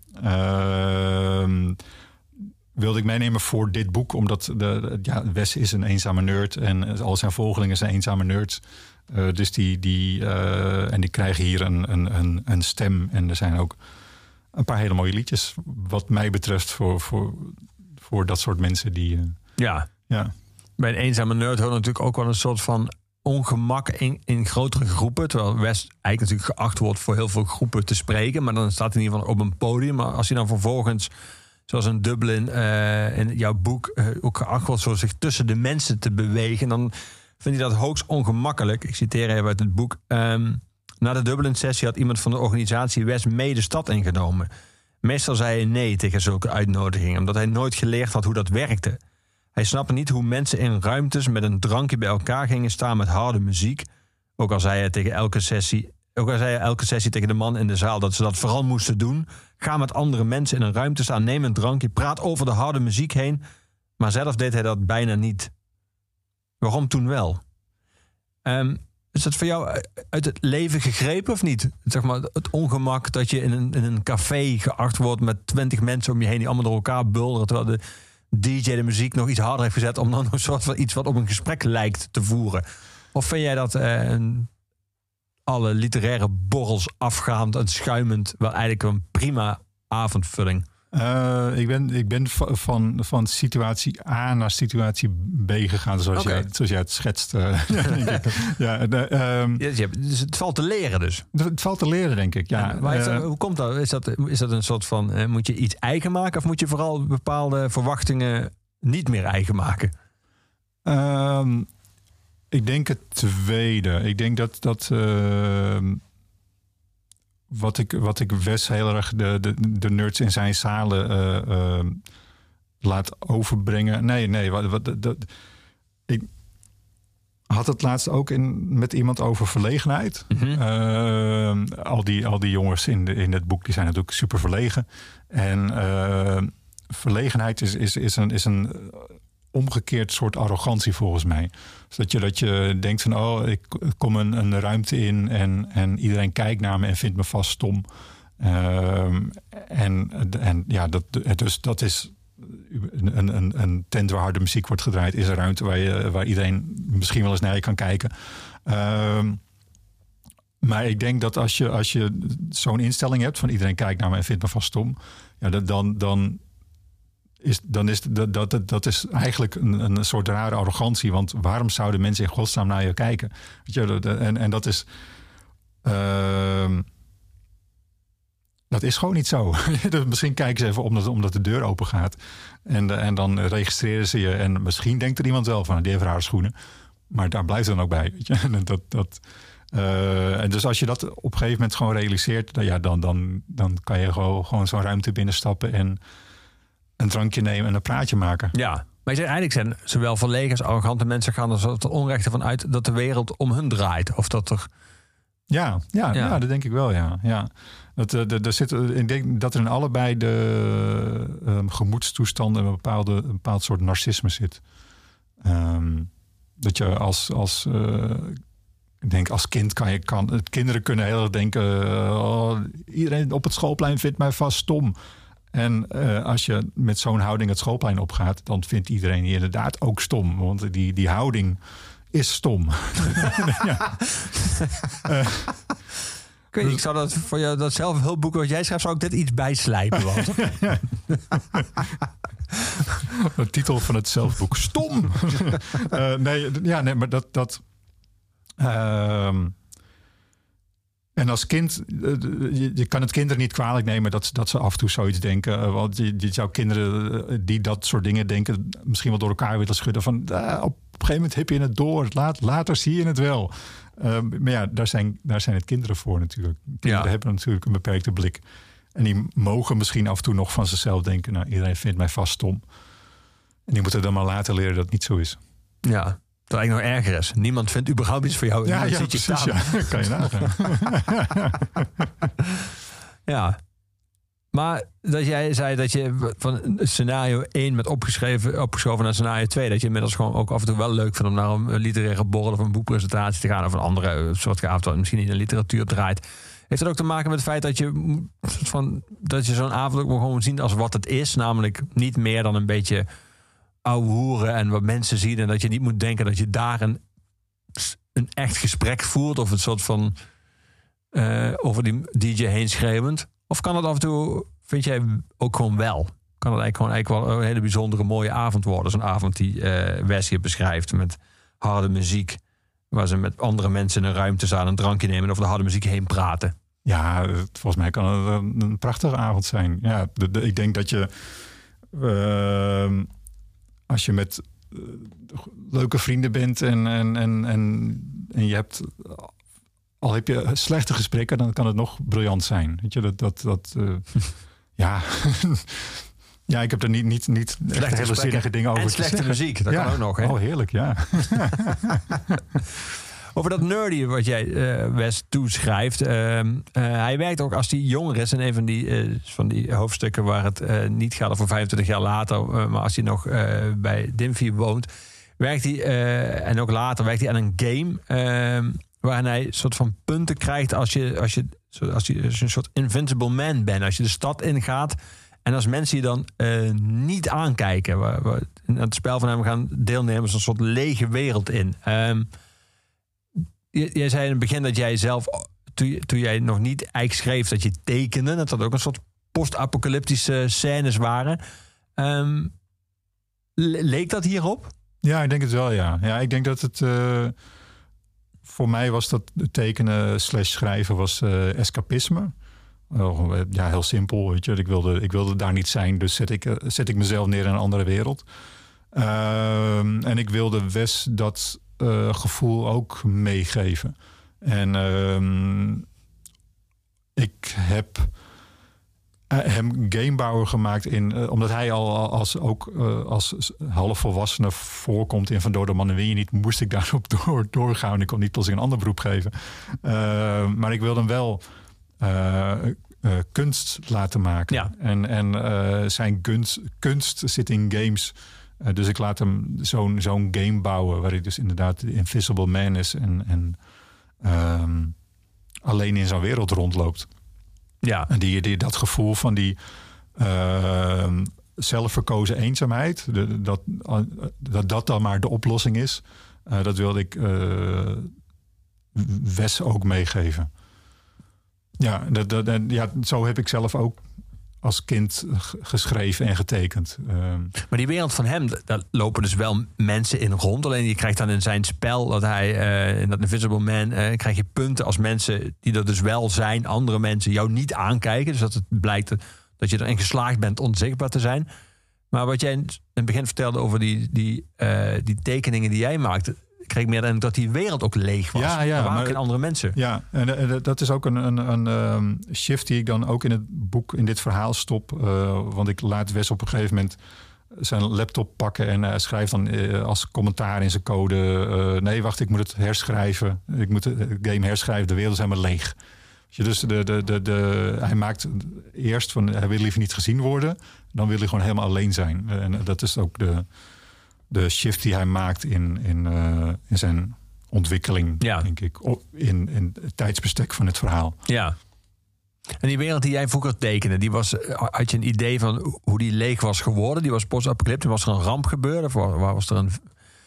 Uh, wilde ik meenemen voor dit boek. Omdat de, de, ja, Wes is een eenzame nerd. En al zijn volgelingen zijn eenzame nerds. Uh, dus die... die uh, en die krijgen hier een, een, een, een stem. En er zijn ook een paar hele mooie liedjes. Wat mij betreft voor, voor, voor dat soort mensen die... Uh, ja. ja. Bij een eenzame nerd hoort natuurlijk ook wel een soort van ongemak in, in grotere groepen. Terwijl Wes eigenlijk natuurlijk geacht wordt voor heel veel groepen te spreken. Maar dan staat hij in ieder geval op een podium. Maar als hij dan vervolgens, zoals in Dublin, uh, in jouw boek, uh, ook geacht wordt zo zich tussen de mensen te bewegen, dan vind hij dat hoogst ongemakkelijk. Ik citeer even uit het boek. Um, na de Dublin-sessie had iemand van de organisatie Wes mee de stad ingenomen. Meestal zei hij nee tegen zulke uitnodigingen, omdat hij nooit geleerd had hoe dat werkte. Hij snapte niet hoe mensen in ruimtes met een drankje bij elkaar gingen staan met harde muziek. Ook al zei hij tegen elke sessie, ook al zei hij elke sessie tegen de man in de zaal dat ze dat vooral moesten doen. Ga met andere mensen in een ruimte staan, neem een drankje, praat over de harde muziek heen. Maar zelf deed hij dat bijna niet. Waarom toen wel? Um, is dat voor jou uit het leven gegrepen of niet? Zeg maar het ongemak dat je in een, in een café geacht wordt met twintig mensen om je heen die allemaal door elkaar bulderen, terwijl de D J de muziek nog iets harder heeft gezet om dan een soort van iets wat op een gesprek lijkt te voeren. Of vind jij dat uh, een, alle literaire borrels afgaand en schuimend wel eigenlijk een prima avondvulling? Uh, ik ben, ik ben van, van situatie A naar situatie B gegaan, zoals, okay. jij, zoals jij het schetst. Uh, denk ik. Ja, de, um, ja, dus het valt te leren dus? Het valt te leren, denk ik, ja. Maar is dat, hoe komt dat? Is dat, is dat een soort van, uh, moet je iets eigen maken of moet je vooral bepaalde verwachtingen niet meer eigen maken? Um, ik denk het tweede. Ik denk dat... dat uh, Wat ik, wat ik Wes heel erg de, de, de nerds in zijn zalen uh, uh, laat overbrengen. Nee, nee. Wat, wat, dat, ik had het laatst ook in, met iemand over verlegenheid. Mm-hmm. Uh, al, die, al die jongens in, de, in het boek die zijn natuurlijk super verlegen. En uh, verlegenheid is, is, is een... Is een omgekeerd soort arrogantie volgens mij. Zodat je, dat je denkt van, oh, ik kom een, een ruimte in en, en iedereen kijkt naar me en vindt me vast stom. Um, en, en ja, dat, dus dat is een, een, een tent waar harde muziek wordt gedraaid, is een ruimte waar, je, waar iedereen misschien wel eens naar je kan kijken. Um, maar ik denk dat als je, als je zo'n instelling hebt van iedereen kijkt naar me en vindt me vast stom, ja, dat, dan, dan Is, dan is dat, dat, dat is eigenlijk een, een soort rare arrogantie. Want waarom zouden mensen in godsnaam naar je kijken? Weet je, en, en dat is... Uh, dat is gewoon niet zo. Misschien kijken ze even omdat, omdat de deur open gaat. En, en dan registreren ze je. En misschien denkt er iemand wel van, die heeft rare schoenen. Maar daar blijft het dan ook bij. Weet je? Dat, dat, uh, en dus als je dat op een gegeven moment gewoon realiseert, dan, ja, dan, dan, dan kan je gewoon, gewoon zo'n ruimte binnenstappen en een drankje nemen en een praatje maken. Ja, maar je zegt, eigenlijk zijn zowel verlegen als arrogante mensen gaan er zo tot onrechte van uit dat de wereld om hun draait. Of dat er... Ja, ja, ja. ja dat denk ik wel, ja. ja. Dat, uh, de, de zit, ik denk dat er in allebei de um, gemoedstoestanden een, bepaalde, een bepaald soort narcisme zit. Um, dat je als... als uh, ik denk, als kind kan je... Kan, kinderen kunnen heel erg denken, Uh, oh, iedereen op het schoolplein vindt mij vast stom. En uh, als je met zo'n houding het schoolplein opgaat, dan vindt iedereen je inderdaad ook stom. Want die, die houding is stom. ja. uh, Ik, weet, ik zou dat voor jou, dat zelfhulpboek wat jij schrijft, zou ik dit iets bijslijpen. Want. De titel van het zelfboek. Stom! uh, nee, ja, nee, maar dat... dat uh, en als kind, uh, je, je kan het kinderen niet kwalijk nemen dat, dat ze af en toe zoiets denken. Uh, want je, je zou kinderen uh, die dat soort dingen denken, misschien wel door elkaar willen schudden. Van uh, op een gegeven moment heb je het door. Laat, later zie je het wel. Uh, maar ja, daar zijn, daar zijn het kinderen voor natuurlijk. Kinderen Ja. hebben natuurlijk een beperkte blik. En die mogen misschien af en toe nog van zichzelf denken, nou, iedereen vindt mij vast stom. En die moeten dan maar later leren dat het niet zo is. Ja, dat eigenlijk nog erger is. Niemand vindt überhaupt iets voor jou. Ja, Dan ja, zit je precies. staan. Ja. Kan je nagaan. Ja. Maar dat jij zei dat je van scenario één met opgeschreven, opgeschoven naar scenario twee... dat je inmiddels gewoon ook af en toe wel leuk vindt om naar een literaire borrel of een boekpresentatie te gaan... of een andere soort avond wat misschien niet in literatuur draait. Heeft dat ook te maken met het feit dat je, van, dat je zo'n avond ook gewoon zien als wat het is? Namelijk niet meer dan een beetje ouwe hoeren en wat mensen zien... en dat je niet moet denken dat je daar een, een echt gesprek voert... of een soort van uh, over die D J heen schreeuwend... Of kan het af en toe, vind jij ook gewoon wel? Kan het eigenlijk gewoon eigenlijk wel een hele bijzondere mooie avond worden? Zo'n avond die uh, Wes hier beschrijft met harde muziek. Waar ze met andere mensen in een ruimte staan, een drankje nemen... en over de harde muziek heen praten. Ja, volgens mij kan het een, een prachtige avond zijn. Ja, de, de, ik denk dat je... Uh, als je met uh, leuke vrienden bent en, en, en, en, en je hebt... Al heb je slechte gesprekken, dan kan het nog briljant zijn. Weet je, dat... dat, dat uh, ja... ja, ik heb er niet, niet, niet echt hele zinnige dingen over en te slechte zeggen. muziek, dat ja. kan ook nog. Hè? Oh, heerlijk, ja. Over dat nerdy wat jij uh, Wes toeschrijft. Uh, uh, hij werkt ook als hij jonger is. In een van die, uh, van die hoofdstukken waar het uh, niet gaat over vijfentwintig jaar later. Uh, maar als hij nog uh, bij Dimfy woont. Werkt hij, uh, en ook later werkt hij aan een game... Uh, waarin hij een soort van punten krijgt als je, als je, als je, als je een soort invincible man bent. Als je de stad ingaat en als mensen je dan uh, niet aankijken. Waar, waar, in het spel van hem gaan deelnemers een soort lege wereld in. Um, jij zei in het begin dat jij zelf, toen, toen jij nog niet eigenlijk schreef dat je tekende, dat dat ook een soort post-apocalyptische scènes waren. Um, leek dat hierop? Ja, ik denk het wel, ja. Ja, ik denk dat het... Uh... Voor mij was dat tekenen slash schrijven was uh, escapisme. Uh, ja, heel simpel. Weet je. Ik, wilde, ik wilde daar niet zijn, dus zet ik, uh, zet ik mezelf neer in een andere wereld. Uh, en ik wilde Wes dat uh, gevoel ook meegeven. En uh, ik heb hem gamebouwer gemaakt in, uh, omdat hij al als ook uh, als halfvolwassene voorkomt in Van Dodo Mannen win je niet, moest ik daarop door, doorgaan. Ik kon niet plotseling een ander beroep geven. Uh, maar ik wilde hem wel uh, uh, kunst laten maken. Ja. En, en uh, zijn kunst, kunst zit in games. Uh, dus ik laat hem zo'n, zo'n game bouwen waar hij dus inderdaad de Invisible Man is en, en um, alleen in zo'n wereld rondloopt. Ja. En die, die, dat gevoel van die uh, zelfverkozen eenzaamheid, de, dat, uh, dat dat dan maar de oplossing is, uh, dat wilde ik uh, Wes ook meegeven. Ja, dat, dat, en, ja, zo heb ik zelf ook als kind g- geschreven en getekend. Uh, Maar die wereld van hem, daar lopen dus wel mensen in rond. Alleen je krijgt dan in zijn spel, dat hij uh, in dat Invisible Man, uh, krijg je punten als mensen die er dus wel zijn, andere mensen jou niet aankijken. Dus dat het blijkt dat je erin geslaagd bent onzichtbaar te zijn. Maar wat jij in het begin vertelde over die, die, uh, die tekeningen die jij maakte, kreeg ik meer dan dat die wereld ook leeg was. Ja, ja, er waren maar- ook geen andere mensen. Ja, en, en dat is ook een, een, een um, shift die ik dan ook in het boek, in dit verhaal stop. Uh, want ik laat Wes op een gegeven moment zijn laptop pakken en uh, schrijft dan uh, als commentaar in zijn code: uh, nee, wacht, ik moet het herschrijven. Ik moet de game herschrijven, de wereld is helemaal leeg. Dus de, de, de, de, hij maakt eerst van, hij wil liever niet gezien worden. Dan wil hij gewoon helemaal alleen zijn. En dat is ook de, de shift die hij maakt in, in, uh, in zijn ontwikkeling, Ja. denk ik. In, in het tijdsbestek van het verhaal. Ja. En die wereld die jij vroeger tekende, die was, had je een idee van hoe die leeg was geworden? Die was post-apocalyptisch. Was er een ramp gebeurd? Of waar was er een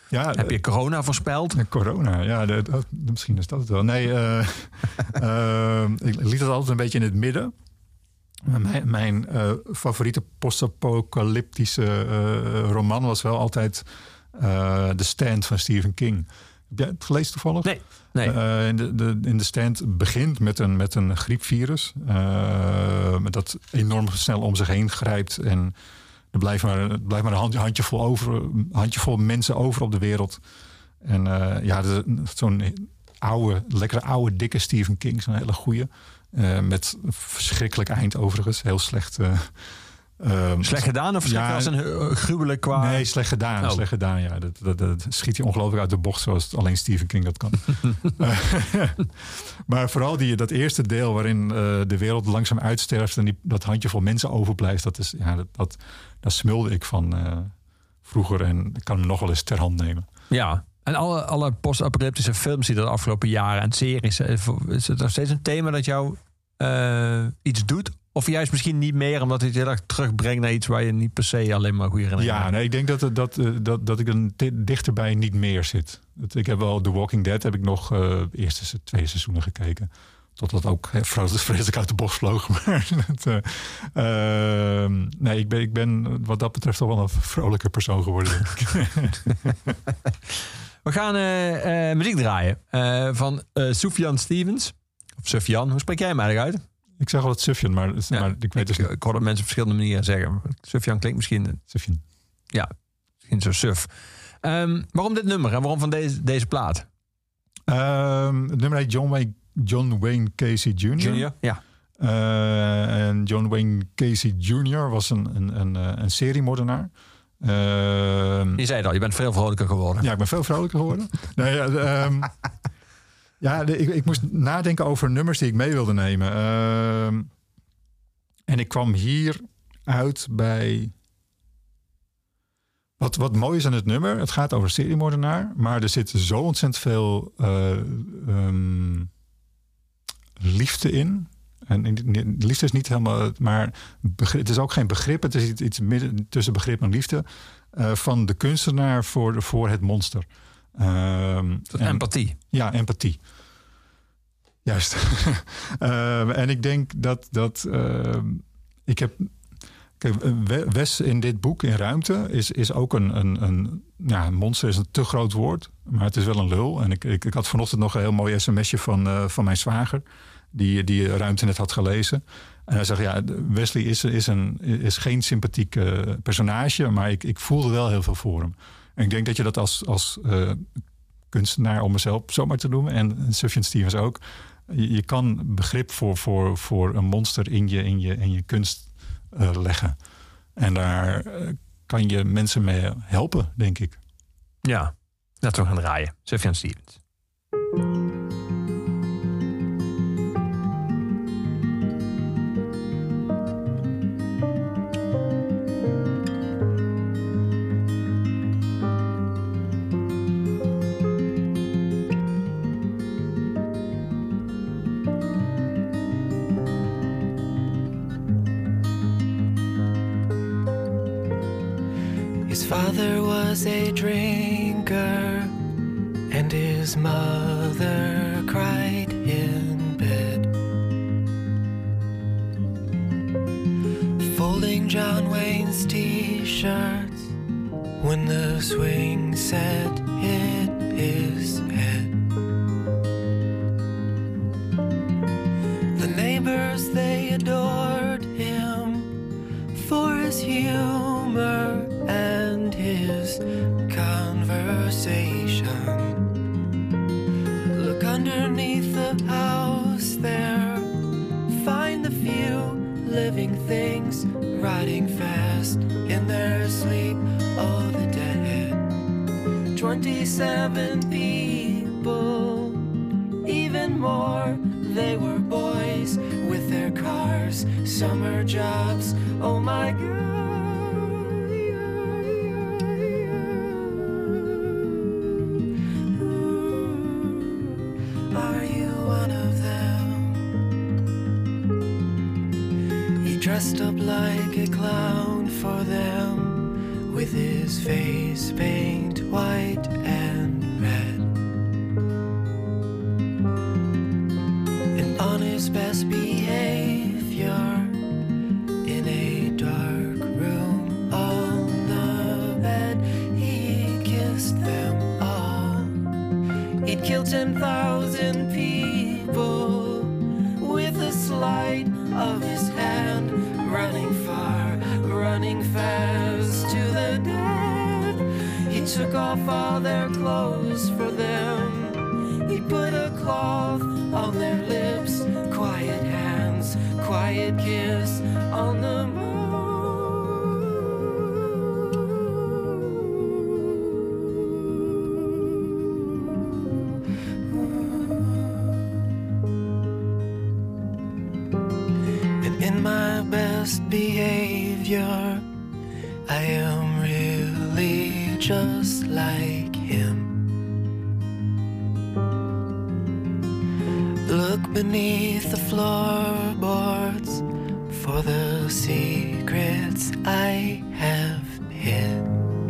Ja, Heb je corona voorspeld? Corona, ja, de, de, misschien is dat het wel. Nee, uh, uh, ik liet het altijd een beetje in het midden. Mijn, mijn uh, favoriete post-apocalyptische uh, roman was wel altijd uh, The Stand van Stephen King. Heb jij het gelezen toevallig? Nee. nee. Uh, in, de, de, in The Stand begint met een, met een griepvirus. Uh, dat enorm snel om zich heen grijpt. En er blijft maar, er blijft maar een hand, handjevol, over, handjevol mensen over op de wereld. En uh, ja, de, zo'n oude, lekkere oude, dikke Stephen King. Zo'n hele goeie. Uh, met een verschrikkelijk eind overigens. Heel slecht. Uh, um, slecht gedaan of ja, als een uh, gruwelijk qua... Nee, slecht gedaan. Oh. Slecht gedaan, ja. Dat, dat, dat schiet hij ongelooflijk uit de bocht zoals alleen Stephen King dat kan. uh, maar vooral die, dat eerste deel waarin uh, de wereld langzaam uitsterft en die, dat handjevol mensen overblijft. Dat is, ja, dat, dat, daar smulde ik van uh, vroeger en ik kan hem nog wel eens ter hand nemen. Ja. En alle, alle post-apocalyptische films die er de afgelopen jaren en series... is het nog steeds een thema dat jou uh, iets doet? Of juist misschien niet meer, omdat het heel erg terugbrengt naar iets... waar je niet per se alleen maar goede herinneringen hebt? Ja, nee, ik denk dat, dat, dat, dat ik er dichterbij niet meer zit. Ik heb wel The Walking Dead, heb ik nog uh, de eerste twee seizoenen gekeken. Totdat ook hè, vreselijk uit de bocht vloog. Maar dat, uh, uh, nee, ik ben, ik ben wat dat betreft toch wel een vrolijke persoon geworden. We gaan uh, uh, muziek draaien uh, van uh, Sufjan Stevens. Of Sufjan, hoe spreek jij hem eigenlijk uit? Ik zeg wel het Sufjan, maar, ja, maar ik weet dus ik, ik hoor dat mensen op verschillende manieren zeggen. Sufjan klinkt misschien... Sufjan. Ja, misschien zo suf. Um, waarom dit nummer en waarom van deze, deze plaat? Um, het nummer heet John Wayne, John Wayne Casey junior Junior, ja. Uh, en John Wayne Casey junior was een, een, een, een seriemoordenaar. Uh, je zei het al, je bent veel vrolijker geworden. Ja, ik ben veel vrolijker geworden. nee, ja, um, ja de, ik, ik moest nadenken over nummers die ik mee wilde nemen. Uh, en ik kwam hier uit bij... Wat, wat mooi is aan het nummer, het gaat over een seriemoordenaar... maar er zit zo ontzettend veel uh, um, liefde in... En liefde is niet helemaal, maar begrip, het is ook geen begrip. Het is iets, iets midden tussen begrip en liefde uh, van de kunstenaar voor, voor het monster. Uh, en, empathie. Ja, empathie. Juist. uh, en ik denk dat dat uh, ik heb. Kijk, Wes in dit boek in Ruimte is, is ook een, een, een ja, monster is een te groot woord, maar het is wel een lul. En ik, ik, ik had vanochtend nog een heel mooi sms'je van, uh, van mijn zwager. Die, die Ruimte net had gelezen. En hij zegt, ja, Wesley is, is, een, is geen sympathiek uh, personage... maar ik, ik voelde wel heel veel voor hem. En ik denk dat je dat als, als uh, kunstenaar... om mezelf zomaar te noemen, en Sufjan Stevens ook... je, je kan begrip voor, voor, voor een monster in je, in je, in je kunst uh, leggen. En daar uh, kan je mensen mee helpen, denk ik. Ja, laten we gaan draaien. Sufjan Stevens. Father was a drinker, and his mother cried in bed. Folding John Wayne's t-shirts when the swing set hit his head. The neighbors, they adored him for his humor and his conversation. Look underneath the house there, find the few living things riding fast in their sleep. Oh, the dead. Twenty-seven people, even more. They were boys with their cars, summer jobs. Oh my God. Dressed up like a clown for them with his face paint white and red. And on his best behavior in a dark room on the bed, he kissed them all. He'd killed ten thousand people with a sleight of his hand, running far, running fast to the dead. He took off all their clothes for them. He put a cloth on their lips, quiet hands, quiet kiss on the moon. And in my best behavior, I am really just like him. Look beneath the floorboards for the secrets I have hid.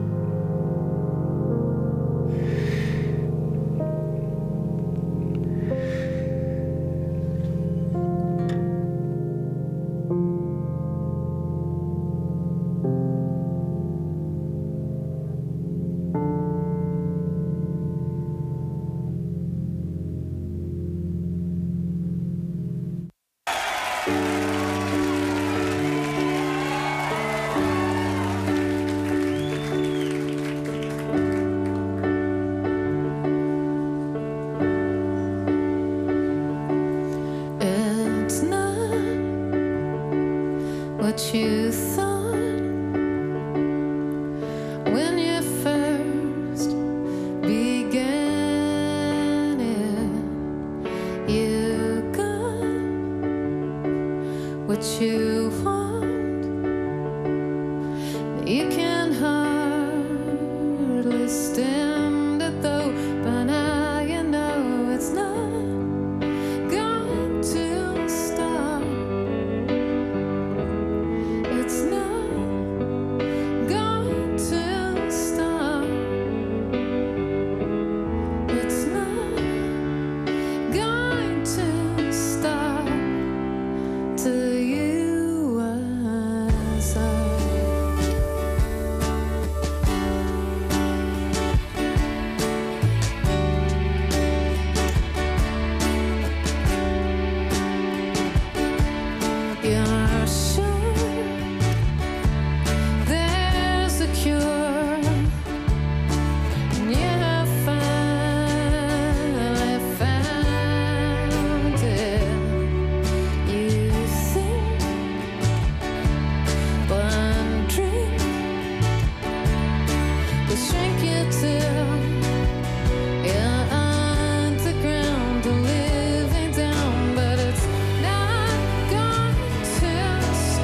It's not what you thought when you first began it. You got what you want. You can hardly stand it though, but now you know it's not going to stop. It's not going to stop. It's not going to stop till you rise up. You're sure there's a cure, and you have finally found it. You think one drink will shrink you till you're underground and living down, but it's not going to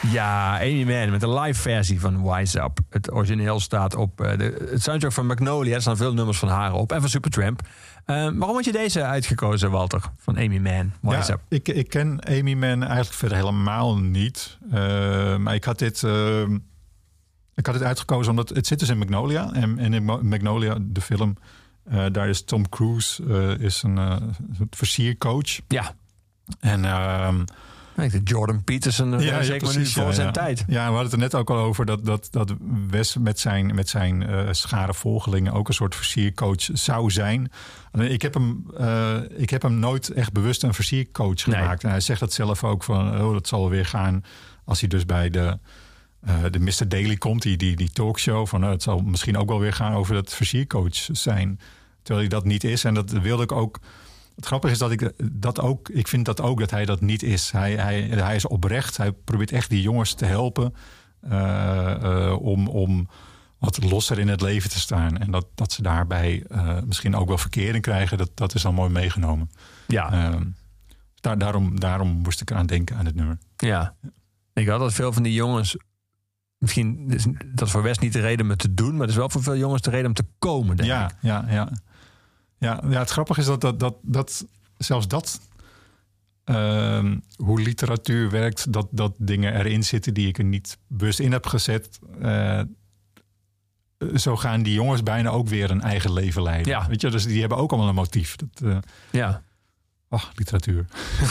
Ja, Amy Mann met de live versie van Wise Up. Het origineel staat op uh, de, het soundtrack van Magnolia. Er staan veel nummers van haar op. En van Supertramp. Uh, waarom had je deze uitgekozen, Walter? Van Amy Mann, Wise ja, Up. Ik, ik ken Amy Mann eigenlijk verder helemaal niet. Uh, maar ik had dit... Uh, ik had dit uitgekozen omdat het zit dus in Magnolia. En, en in Magnolia, de film... Uh, daar is Tom Cruise uh, is een uh, versiercoach. Ja. En... Uh, Jordan Peterson, ja, ja, zeker precies, nu voor ja, zijn ja. tijd. Ja, we hadden het er net ook al over dat, dat, dat Wes met zijn, met zijn uh, schare volgelingen ook een soort versiercoach zou zijn. Ik heb hem, uh, ik heb hem nooit echt bewust een versiercoach gemaakt. Nee. En hij zegt dat zelf ook van, oh, dat zal weer gaan als hij dus bij de, uh, de mister Daily komt, die, die, die talkshow. Van, uh, het zal misschien ook wel weer gaan over dat versiercoach zijn. Terwijl hij dat niet is. En dat wilde ik ook... Het grappige is dat ik dat ook... Ik vind dat ook dat hij dat niet is. Hij, hij, hij is oprecht. Hij probeert echt die jongens te helpen... Uh, uh, om, om wat losser in het leven te staan. En dat, dat ze daarbij uh, misschien ook wel verkering krijgen... dat, dat is dan mooi meegenomen. Ja. Uh, daar, daarom, daarom moest ik eraan denken aan het nummer. Ja. Ik had dat veel van die jongens... Misschien is dat voor Wes niet de reden om het te doen... maar het is wel voor veel jongens de reden om te komen, denk ja, ik. Ja, ja. Ja, ja, het grappige is dat, dat, dat, dat zelfs dat, uh, hoe literatuur werkt, dat, dat dingen erin zitten die ik er niet bewust in heb gezet. Uh, zo gaan die jongens bijna ook weer een eigen leven leiden. Ja. Weet je, dus die hebben ook allemaal een motief. Dat, uh, ja. Ach, literatuur.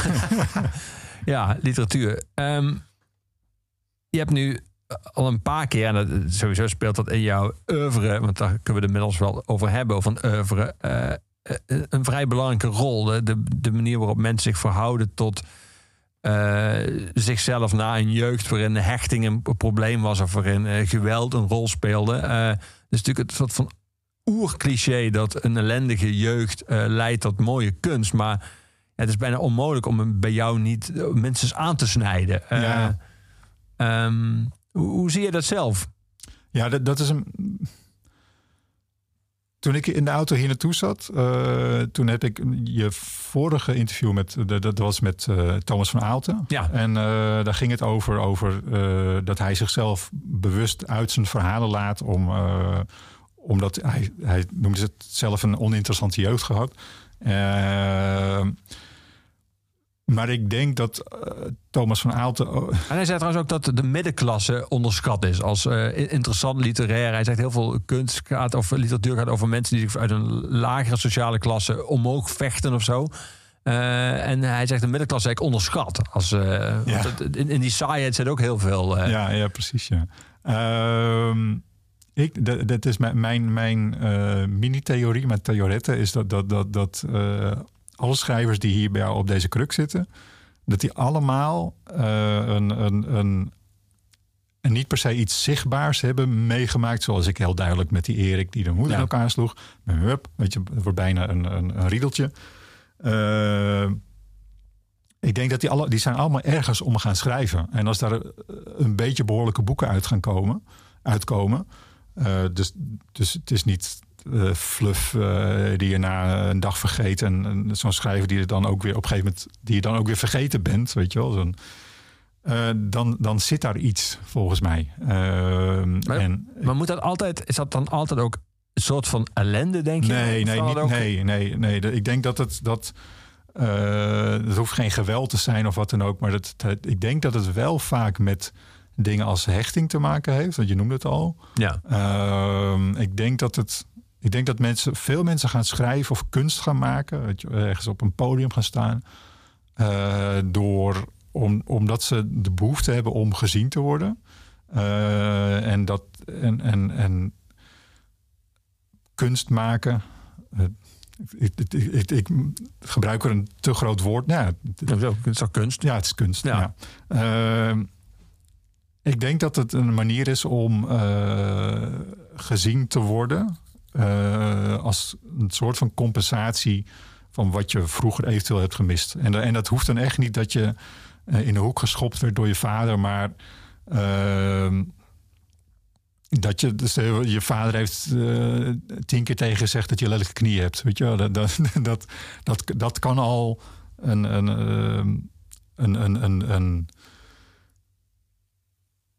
Ja, literatuur. Um, je hebt nu al een paar keer, en dat, sowieso speelt dat in jouw oeuvre, want daar kunnen we het inmiddels wel over hebben, over een oeuvre, uh, een vrij belangrijke rol. De, de, de manier waarop mensen zich verhouden tot uh, zichzelf na een jeugd waarin hechting een probleem was of waarin uh, geweld een rol speelde. Uh, het is natuurlijk een soort van oercliché dat een ellendige jeugd uh, leidt tot mooie kunst, maar ja, het is bijna onmogelijk om hem bij jou niet uh, minstens aan te snijden. Uh, ja. Um, Hoe, hoe zie je dat zelf? Ja, dat, dat is een... Toen ik in de auto hier naartoe zat... Uh, toen heb ik je vorige interview met... Dat was met uh, Thomas van Aalten. Ja. En uh, daar ging het over, over uh, dat hij zichzelf bewust uit zijn verhalen laat... Om, uh, omdat hij, hij noemde het zelf een oninteressante jeugd gehad. Uh, Maar ik denk dat uh, Thomas van Aalten... Oh. En hij zei trouwens ook dat de middenklasse onderschat is als uh, interessant literair. Hij zegt heel veel kunst gaat of literatuur gaat over mensen die zich uit een lagere sociale klasse omhoog vechten of zo. Uh, en hij zegt de middenklasse eigenlijk onderschat. Als, uh, ja. Want het, in, in die saaiheid zit ook heel veel... Uh, ja, ja, precies. Ja. Uh, ik, dat, dat is mijn, mijn, mijn uh, mini-theorie, mijn theorette is dat... dat, dat, dat uh, alle schrijvers die hier bij jou op deze kruk zitten... dat die allemaal uh, een, een, een, een niet per se iets zichtbaars hebben meegemaakt... zoals ik heel duidelijk met die Erik die de moeder in elkaar sloeg. Hup, weet je, het wordt bijna een, een, een riedeltje. Uh, ik denk dat die, alle, die zijn allemaal ergens om gaan schrijven. En als daar een beetje behoorlijke boeken uit gaan komen, uitkomen... Uh, dus, dus het is niet... Uh, fluff uh, die je na een dag vergeet en, en zo'n schrijver die je dan ook weer op een gegeven moment die je dan ook weer vergeten bent, weet je wel, zo'n, uh, dan, dan zit daar iets volgens mij. Uh, maar, en, maar moet dat altijd, is dat dan altijd ook een soort van ellende, denk je? Nee, nee, niet, ook... nee, nee, nee. Ik denk dat het dat uh, het hoeft geen geweld te zijn of wat dan ook, maar dat, dat, ik denk dat het wel vaak met dingen als hechting te maken heeft, want je noemde het al. Ja. Uh, ik denk dat het Ik denk dat mensen, veel mensen gaan schrijven of kunst gaan maken. Dat je ergens op een podium gaan staan. Uh, door, om, omdat ze de behoefte hebben om gezien te worden. Uh, en, dat, en, en, en kunst maken. Uh, ik, ik, ik, ik gebruik er een te groot woord. Nou, het, het is ook kunst. Ja, het is kunst. Ja. Ja. Uh, ik denk dat het een manier is om uh, gezien te worden... Uh, als een soort van compensatie van wat je vroeger eventueel hebt gemist. En, en dat hoeft dan echt niet dat je uh, in de hoek geschopt werd door je vader, maar uh, dat je, dus je vader heeft uh, tien keer tegen gezegd dat je lelijke knie hebt. Weet je wel? Dat, dat, dat, dat, dat kan al een, een, een, een, een, een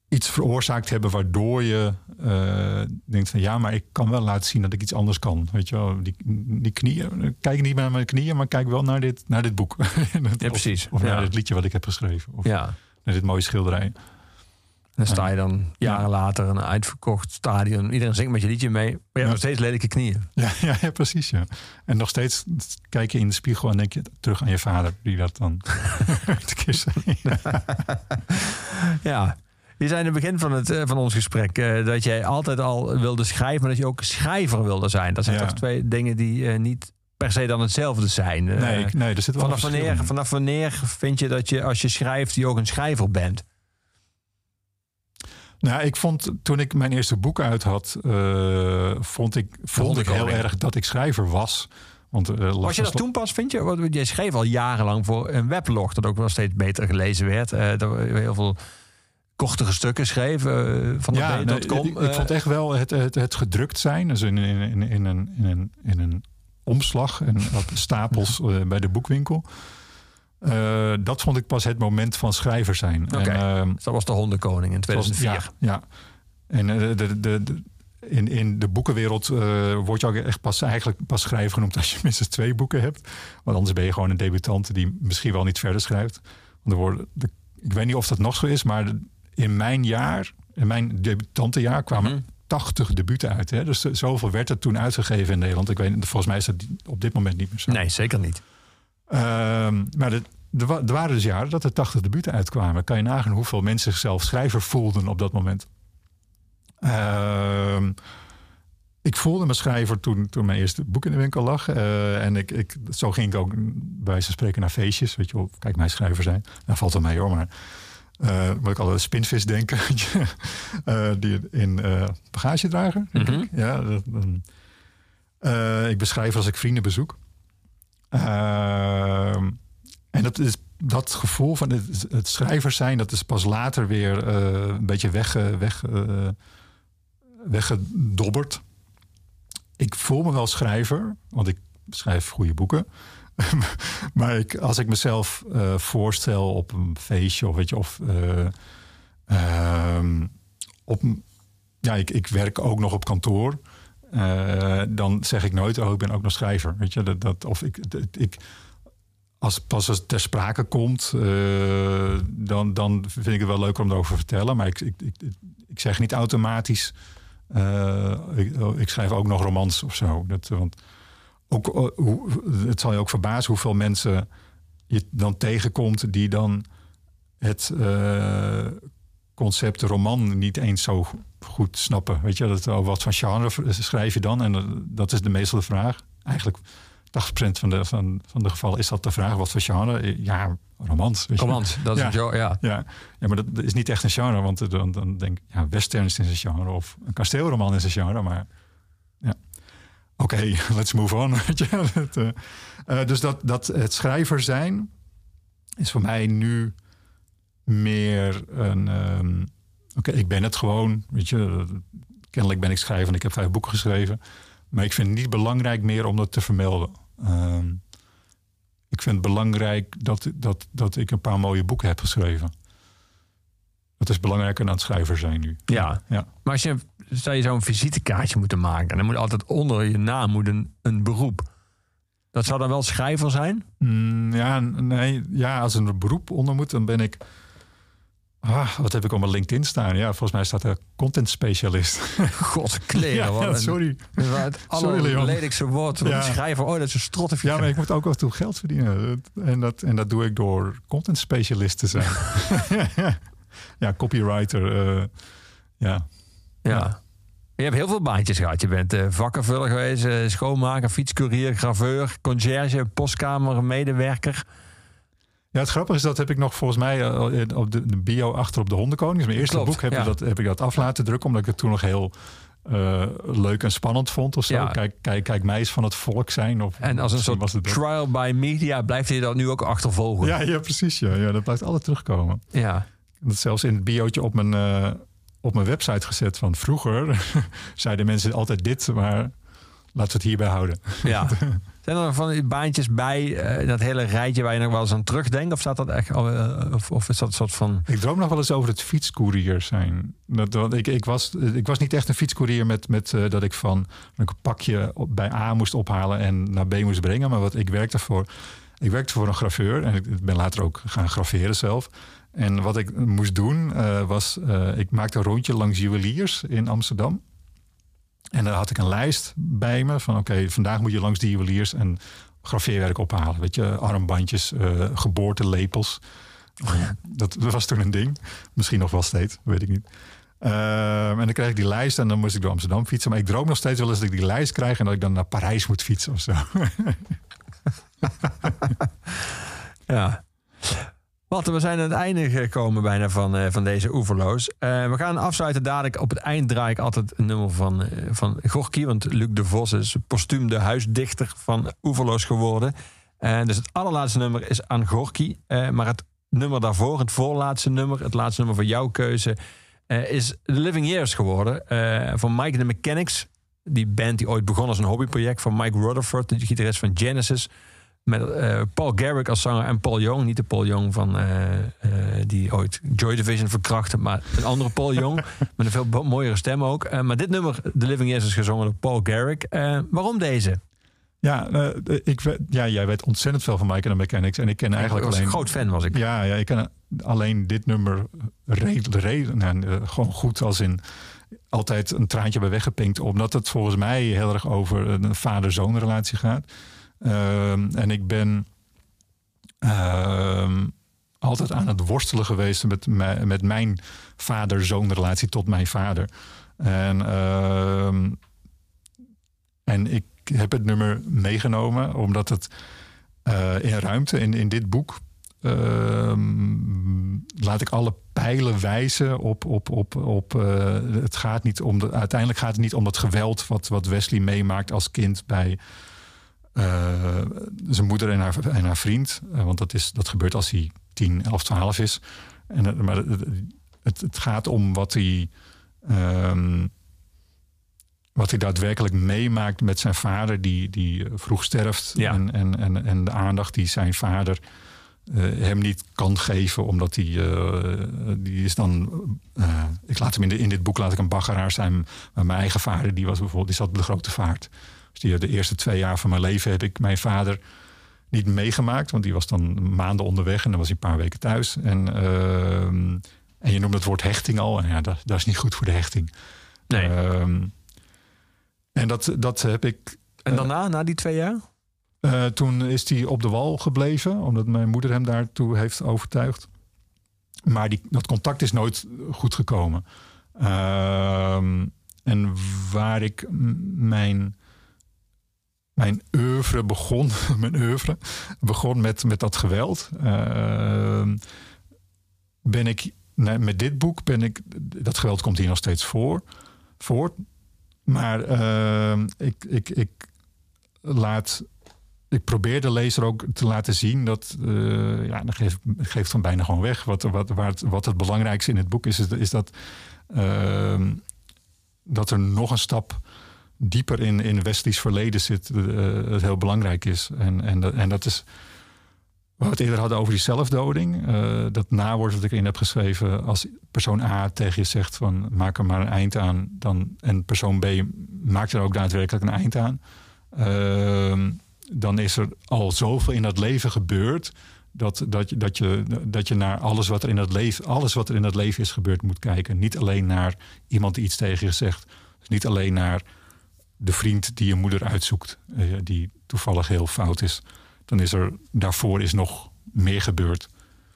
iets veroorzaakt hebben waardoor je uh, denkt van ja, maar ik kan wel laten zien dat ik iets anders kan. Weet je wel, die, die knieën, kijk niet naar mijn knieën, maar kijk wel naar dit, naar dit boek. Ja, precies. Of, of ja. naar dit liedje wat ik heb geschreven. Of ja. naar dit mooie schilderij. Dan sta je dan jaren ja. later in een uitverkocht stadion. Iedereen zingt met je liedje mee. Maar je hebt ja. nog steeds lelijke knieën. Ja, ja, ja, precies. Ja. En nog steeds kijk je in de spiegel en denk je terug aan je vader. Die dat dan te keer zei. Ja. Je zei in het begin van, het, van ons gesprek uh, dat jij altijd al wilde schrijven, maar dat je ook schrijver wilde zijn. Dat zijn ja. toch twee dingen die uh, niet per se dan hetzelfde zijn. Uh, nee, nee, er zit wel vanaf wanneer, vanaf wanneer vind je dat je als je schrijft, je ook een schrijver bent? Nou, ik vond toen ik mijn eerste boek uit had, uh, vond ik, vond ik heel erg dat ik schrijver was. Want, uh, was je dat toen pas, vind je? Want jij schreef al jarenlang voor een weblog dat ook wel steeds beter gelezen werd. Uh, dat heel veel kortere stukken schreef uh, van de ja, nee, .com. Ik, ik vond echt wel het, het, het gedrukt zijn, dus in, in, in, in, een, in, een, in een omslag en op stapels uh, bij de boekwinkel. Uh, dat vond ik pas het moment van schrijver zijn. Oké, okay. uh, dat was de Hondenkoning in tweeduizend vier. Was, ja, ja, en uh, de, de, de, in, in de boekenwereld uh, word je ook echt pas, eigenlijk pas schrijver genoemd als je minstens twee boeken hebt. Want anders ben je gewoon een debutant die misschien wel niet verder schrijft. Want er worden, de, ik weet niet of dat nog zo is, maar de, in mijn jaar, in mijn debutantenjaar kwamen mm-hmm. tachtig debuten uit. Hè? Dus zoveel werd er toen uitgegeven in Nederland. Ik weet, volgens mij is dat op dit moment niet meer zo. Nee, zeker niet. Uh, maar de, er, er waren dus jaren dat er tachtig debuten uitkwamen. Kan je nagaan hoeveel mensen zichzelf schrijver voelden op dat moment. Uh, ik voelde me schrijver toen, toen mijn eerste boek in de winkel lag. Uh, en ik, ik, zo ging ik ook bij wijze van spreken naar feestjes. Weet je wel, kijk, mij schrijver zijn. Nou, valt er mee hoor, maar uh, moet ik altijd aan spinvis denken. uh, die in uh, bagagedrager, denk mm-hmm. ik. Ja, dat, uh, ik beschrijf als ik vrienden bezoek. Uh, en dat is dat gevoel van het, het schrijver zijn, dat is pas later weer uh, een beetje weg, weg, uh, weggedobberd. Ik voel me wel schrijver, want ik schrijf goede boeken. Maar ik, als ik mezelf uh, voorstel op een feestje of weet je, of uh, uh, op, ja, ik, ik werk ook nog op kantoor. Uh, dan zeg ik nooit, oh, ik ben ook nog schrijver. Weet je, dat, dat, of ik, dat, ik, als pas als het ter sprake komt, uh, dan, dan vind ik het wel leuker om erover te vertellen. Maar ik, ik, ik, ik zeg niet automatisch, uh, ik, ik schrijf ook nog romans of zo. Dat, want ook, uh, het zal je ook verbazen hoeveel mensen je dan tegenkomt die dan het uh, concept roman niet eens zo goed snappen. Weet je, dat, oh, wat voor genre schrijf je dan? En dat, dat is de meestal de vraag. Eigenlijk tachtig procent van de, van, van de gevallen is dat de vraag. Wat voor genre? Ja, romans. Weet je. Romans, dat is ja, een genre, ja. ja. Ja, maar dat is niet echt een genre. Want dan, dan denk ik, ja, western is een genre. Of een kasteelroman is een genre. Maar ja, oké, okay, let's move on. Weet je. dat, uh, uh, dus dat, dat het schrijver zijn is voor mij nu meer een Um, Oké, okay, ik ben het gewoon, weet je. Kennelijk ben ik schrijver en ik heb vijf boeken geschreven. Maar ik vind het niet belangrijk meer om dat te vermelden. Uh, ik vind het belangrijk dat, dat, dat ik een paar mooie boeken heb geschreven. Dat is belangrijker dan het schrijver zijn nu. Ja, ja. Maar als je, zou je zo'n visitekaartje moeten maken en dan moet altijd onder je naam moet een, een beroep. Dat zou dan wel schrijver zijn? Mm, ja, nee, ja, als er een beroep onder moet, dan ben ik Ah, wat heb ik op mijn LinkedIn staan? Ja, volgens mij staat er content specialist. God, kleren. Ja, ja, sorry. Het allerledigste woord. Ja. Schrijver, oh, dat is een strot. Ja, maar ik moet ook af en toe geld verdienen. En dat, en dat doe ik door content specialist te zijn. Ja, copywriter. Uh, ja. Ja. Je hebt heel veel baantjes gehad. Je bent uh, vakkenvuller geweest, uh, schoonmaker, fietscourier, graveur, conciërge, postkamer, medewerker. Ja, het grappige is, dat heb ik nog volgens mij uh, op de, de bio achter op de Hondenkoning. Dus mijn eerste Klopt, boek heb, ja. ik dat, heb ik dat af laten drukken, omdat ik het toen nog heel uh, leuk en spannend vond of zo. Ja. Kijk, kijk, kijk, mij eens van het volk zijn. Of, en als een soort trial by media blijft je dat nu ook achtervolgen. Ja, ja precies. Ja. Ja, dat blijft altijd terugkomen. Ja. Dat zelfs in het biootje op mijn, uh, op mijn website gezet van vroeger zeiden mensen altijd dit, maar laten we het hierbij houden. Ja. Zijn er van die baantjes bij uh, dat hele rijtje waar je nog wel eens aan terugdenkt? Of staat dat echt, uh, of, of is dat een soort van... Ik droom nog wel eens over het fietscourier zijn. Dat, dat, ik, ik, was, ik was niet echt een fietscourier met, met uh, dat ik van een pakje op, bij A moest ophalen en naar B moest brengen. Maar wat ik werkte voor, ik werkte voor een graveur en ik ben later ook gaan graveren zelf. En wat ik moest doen uh, was, uh, ik maakte een rondje langs juweliers in Amsterdam. En daar had ik een lijst bij me van oké, okay, vandaag moet je langs die juweliers en graveerwerk ophalen. Weet je, armbandjes, uh, geboortelepels. Ja. Dat, dat was toen een ding. Misschien nog wel steeds, weet ik niet. Uh, en dan kreeg ik die lijst en dan moest ik door Amsterdam fietsen. Maar ik droom nog steeds wel eens dat ik die lijst krijg en dat ik dan naar Parijs moet fietsen of zo. Ja. Walter, we zijn aan het einde gekomen bijna van, uh, van deze Oeverloos. Uh, we gaan afsluiten dadelijk. Op het eind draai ik altijd een nummer van, uh, van Gorky. Want Luc de Vos is postuum de huisdichter van Oeverloos geworden. Uh, dus het allerlaatste nummer is aan Gorky. Uh, maar het nummer daarvoor, het voorlaatste nummer... het laatste nummer van jouw keuze... Uh, is The Living Years geworden. Uh, van Mike and the Mechanics. Die band die ooit begon als een hobbyproject. Van Mike Rutherford, de gitarist van Genesis... Met uh, Paul Garrick als zanger en Paul Young. Niet de Paul Young van uh, uh, die ooit Joy Division verkrachtte, maar een andere Paul Young. Met een veel mooiere stem ook. Uh, maar dit nummer, The Living Years, is gezongen door Paul Garrick. Uh, waarom deze? Ja, uh, ik, ja, jij weet ontzettend veel van Mike and the Mechanics. En ik ken eigenlijk was alleen... Een groot fan was ik. Ja, ja ik ken alleen dit nummer reden, reden, nou, uh, gewoon goed als in... altijd een traantje bij weggepinkt. Omdat het volgens mij heel erg over een vader-zoon relatie gaat. Uh, en ik ben uh, altijd aan het worstelen geweest met, me, met mijn vader-zoon relatie tot mijn vader. En, uh, en ik heb het nummer meegenomen omdat het uh, in ruimte, in, in dit boek, uh, laat ik alle pijlen wijzen op, op, op, op uh, het gaat niet om de, uiteindelijk gaat het niet om dat geweld wat, wat Wesley meemaakt als kind bij Uh, zijn moeder en haar, en haar vriend. Uh, want dat, is, dat gebeurt als hij tien, elf, twaalf is. En, uh, maar het, het gaat om wat hij, um, wat hij daadwerkelijk meemaakt met zijn vader... die, die vroeg sterft. Ja. En, en, en, en de aandacht die zijn vader uh, hem niet kan geven... omdat hij... Uh, die is dan... Uh, ik laat hem in, de, in dit boek laat ik een baggeraar zijn. Maar mijn eigen vader die was bijvoorbeeld, die zat op de grote vaart... Die, de eerste twee jaar van mijn leven heb ik mijn vader niet meegemaakt. Want die was dan maanden onderweg en dan was hij een paar weken thuis. En, uh, en je noemt het woord hechting al. En ja, dat, dat is niet goed voor de hechting. Nee. Uh, en dat, dat heb ik... En daarna, uh, na die twee jaar? Uh, toen is hij op de wal gebleven. Omdat mijn moeder hem daartoe heeft overtuigd. Maar die, dat contact is nooit goed gekomen. Uh, en waar ik m- mijn... Mijn oeuvre begon, mijn oeuvre begon met, met dat geweld. Uh, ben ik, nee, met dit boek ben ik, dat geweld komt hier nog steeds voor, voort. Maar uh, ik, ik, ik laat, ik probeer de lezer ook te laten zien dat, uh, ja, dan geeft geeft van bijna gewoon weg. Wat, wat, waar het, wat het belangrijkste in het boek is, is, is dat, uh, dat er nog een stap dieper in, in Wesley's verleden zit, uh, het heel belangrijk is. En, en, en dat is waar we het eerder hadden over die zelfdoding. Uh, dat nawoord dat ik in heb geschreven, als persoon A tegen je zegt van maak er maar een eind aan, dan, en persoon B maakt er ook daadwerkelijk een eind aan. Uh, dan is er al zoveel in dat leven gebeurd dat, dat, dat, je, dat je naar alles wat er in dat leven, alles wat er in dat leven is gebeurd moet kijken. Niet alleen naar iemand die iets tegen je zegt. Dus niet alleen naar de vriend die je moeder uitzoekt, uh, die toevallig heel fout is. Dan is er, daarvoor is nog meer gebeurd.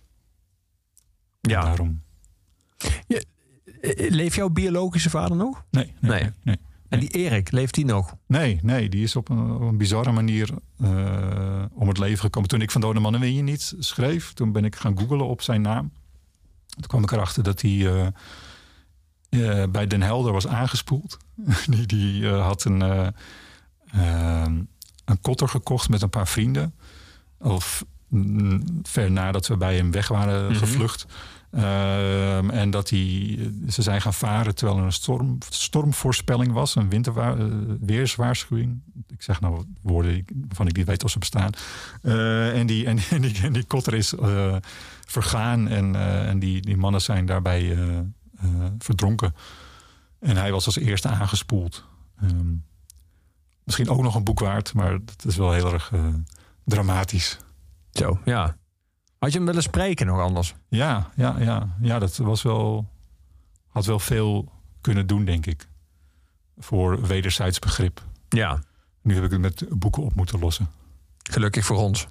Ja. En daarom. Ja, leeft jouw biologische vader nog? Nee. nee, nee. nee, nee. En die Erik, leeft die nog? Nee, nee, die is op een, op een bizarre manier uh, om het leven gekomen. Toen ik Van Dode Mannen Win Je Niet schreef, toen ben ik gaan googlen op zijn naam. Toen kwam ik erachter dat hij uh, uh, bij Den Helder was aangespoeld. die die uh, had een, uh, uh, een kotter gekocht met een paar vrienden. Of mm, ver nadat we bij hem weg waren mm-hmm. gevlucht. Uh, en dat die, ze zijn gaan varen terwijl er een storm, stormvoorspelling was. Een winterweerswaarschuwing. Ik Ik zeg nou woorden waarvan ik niet weet of ze bestaan. Uh, en, die, en, en, die, en die kotter is uh, vergaan. En, uh, en die, die mannen zijn daarbij uh, uh, verdronken. En hij was als eerste aangespoeld. Um, misschien ook nog een boek waard. Maar het is wel heel erg uh, dramatisch. Zo, ja. Had je hem willen spreken nog anders? Ja, ja, ja. ja dat was wel... Had wel veel kunnen doen, denk ik. Voor wederzijds begrip. Ja. Nu heb ik het met boeken op moeten lossen. Gelukkig voor ons.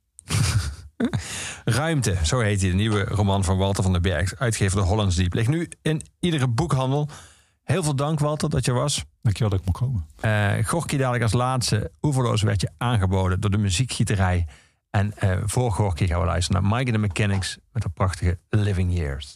Ruimte, zo heet hij, de nieuwe roman van Walter van den Berg. Uitgever de Hollands Diep. Ligt nu in iedere boekhandel. Heel veel dank, Walter, dat je was. Dankjewel dat ik mocht komen. Uh, Gorky dadelijk als laatste. Oeverloos werd je aangeboden door de muziekgieterij. En uh, voor Gorky gaan we luisteren naar Mike and the Mechanics met een prachtige Living Years.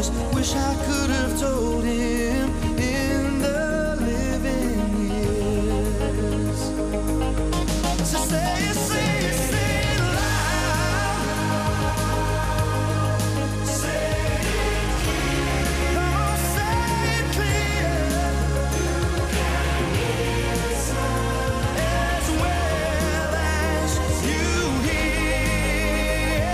just wish I could have told him in the living years. So say it, say it, say it loud. Say it clear. Come on, say it clear. You can listen as well as you hear.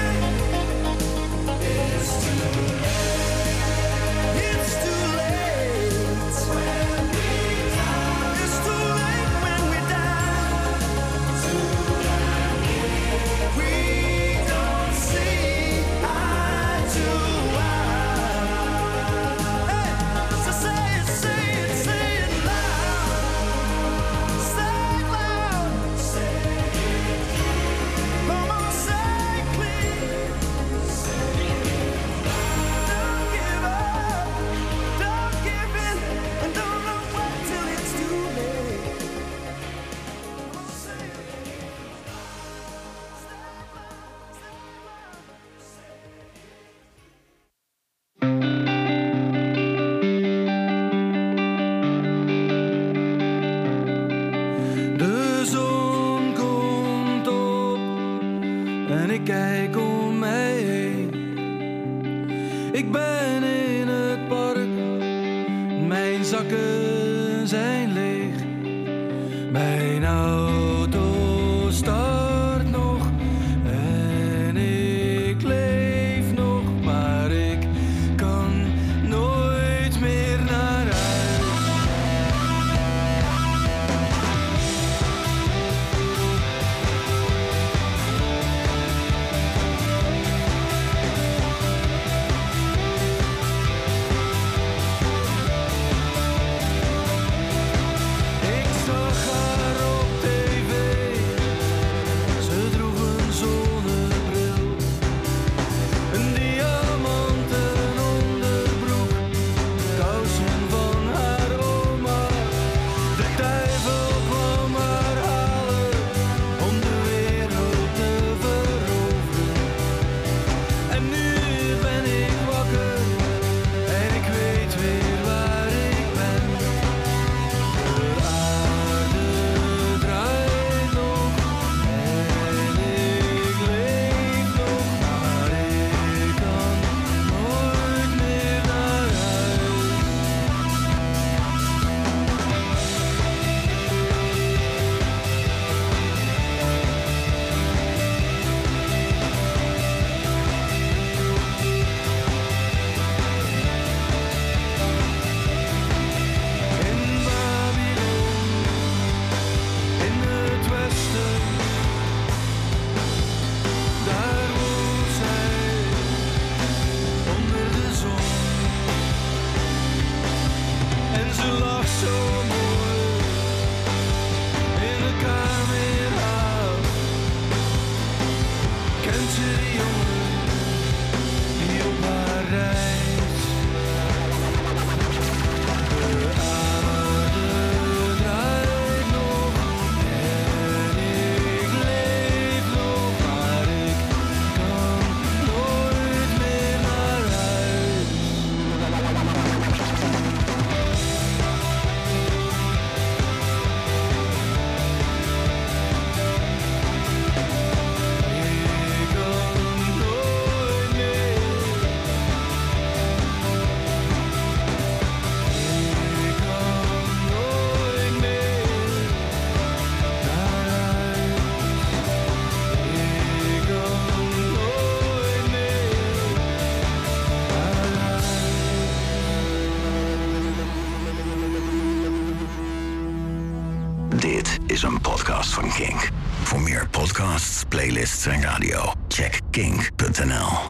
It's too late. It's too late when we die. It's too late when we die. We don't see eye to eye. Hey, so say it, say it, say it loud. Say it loud. Say it clear. Come on, say it clear. Say it loud. Don't give up. Don't give in. And don't look back till it's too late. Come on, say it. De zon komt op en ik kijk om mij heen. Ik ben in het park, mijn zakken zijn leeg. Mijn auto start nog en ik leef nog, maar ik kan nooit meer naar huis. Ik zag haar op tv, ze droeg een zonnebril, een diamanten onderbroek, kousen van haar oma. De duivel kwam haar halen om de wereld te veroveren. En nu ben ik wakker en ik weet weer waar ik ben. De aarde draait nog en ik leef nog, maar ik kan nooit meer naar huis. In Babylon, in het westen, daar woont zij onder de zon. En ze lacht zo mooi in de camera. Kent ze die jongen die op haar reist? De aarde draait nog en ik leef nog, maar ik kan nooit meer naar huis. Ik kan nooit meer. Ik kan nooit meer naar huis. Ik kan nooit meer naar huis. Dit is een podcast van Kink. Voor meer podcasts, playlists en radio, check kink punt n l.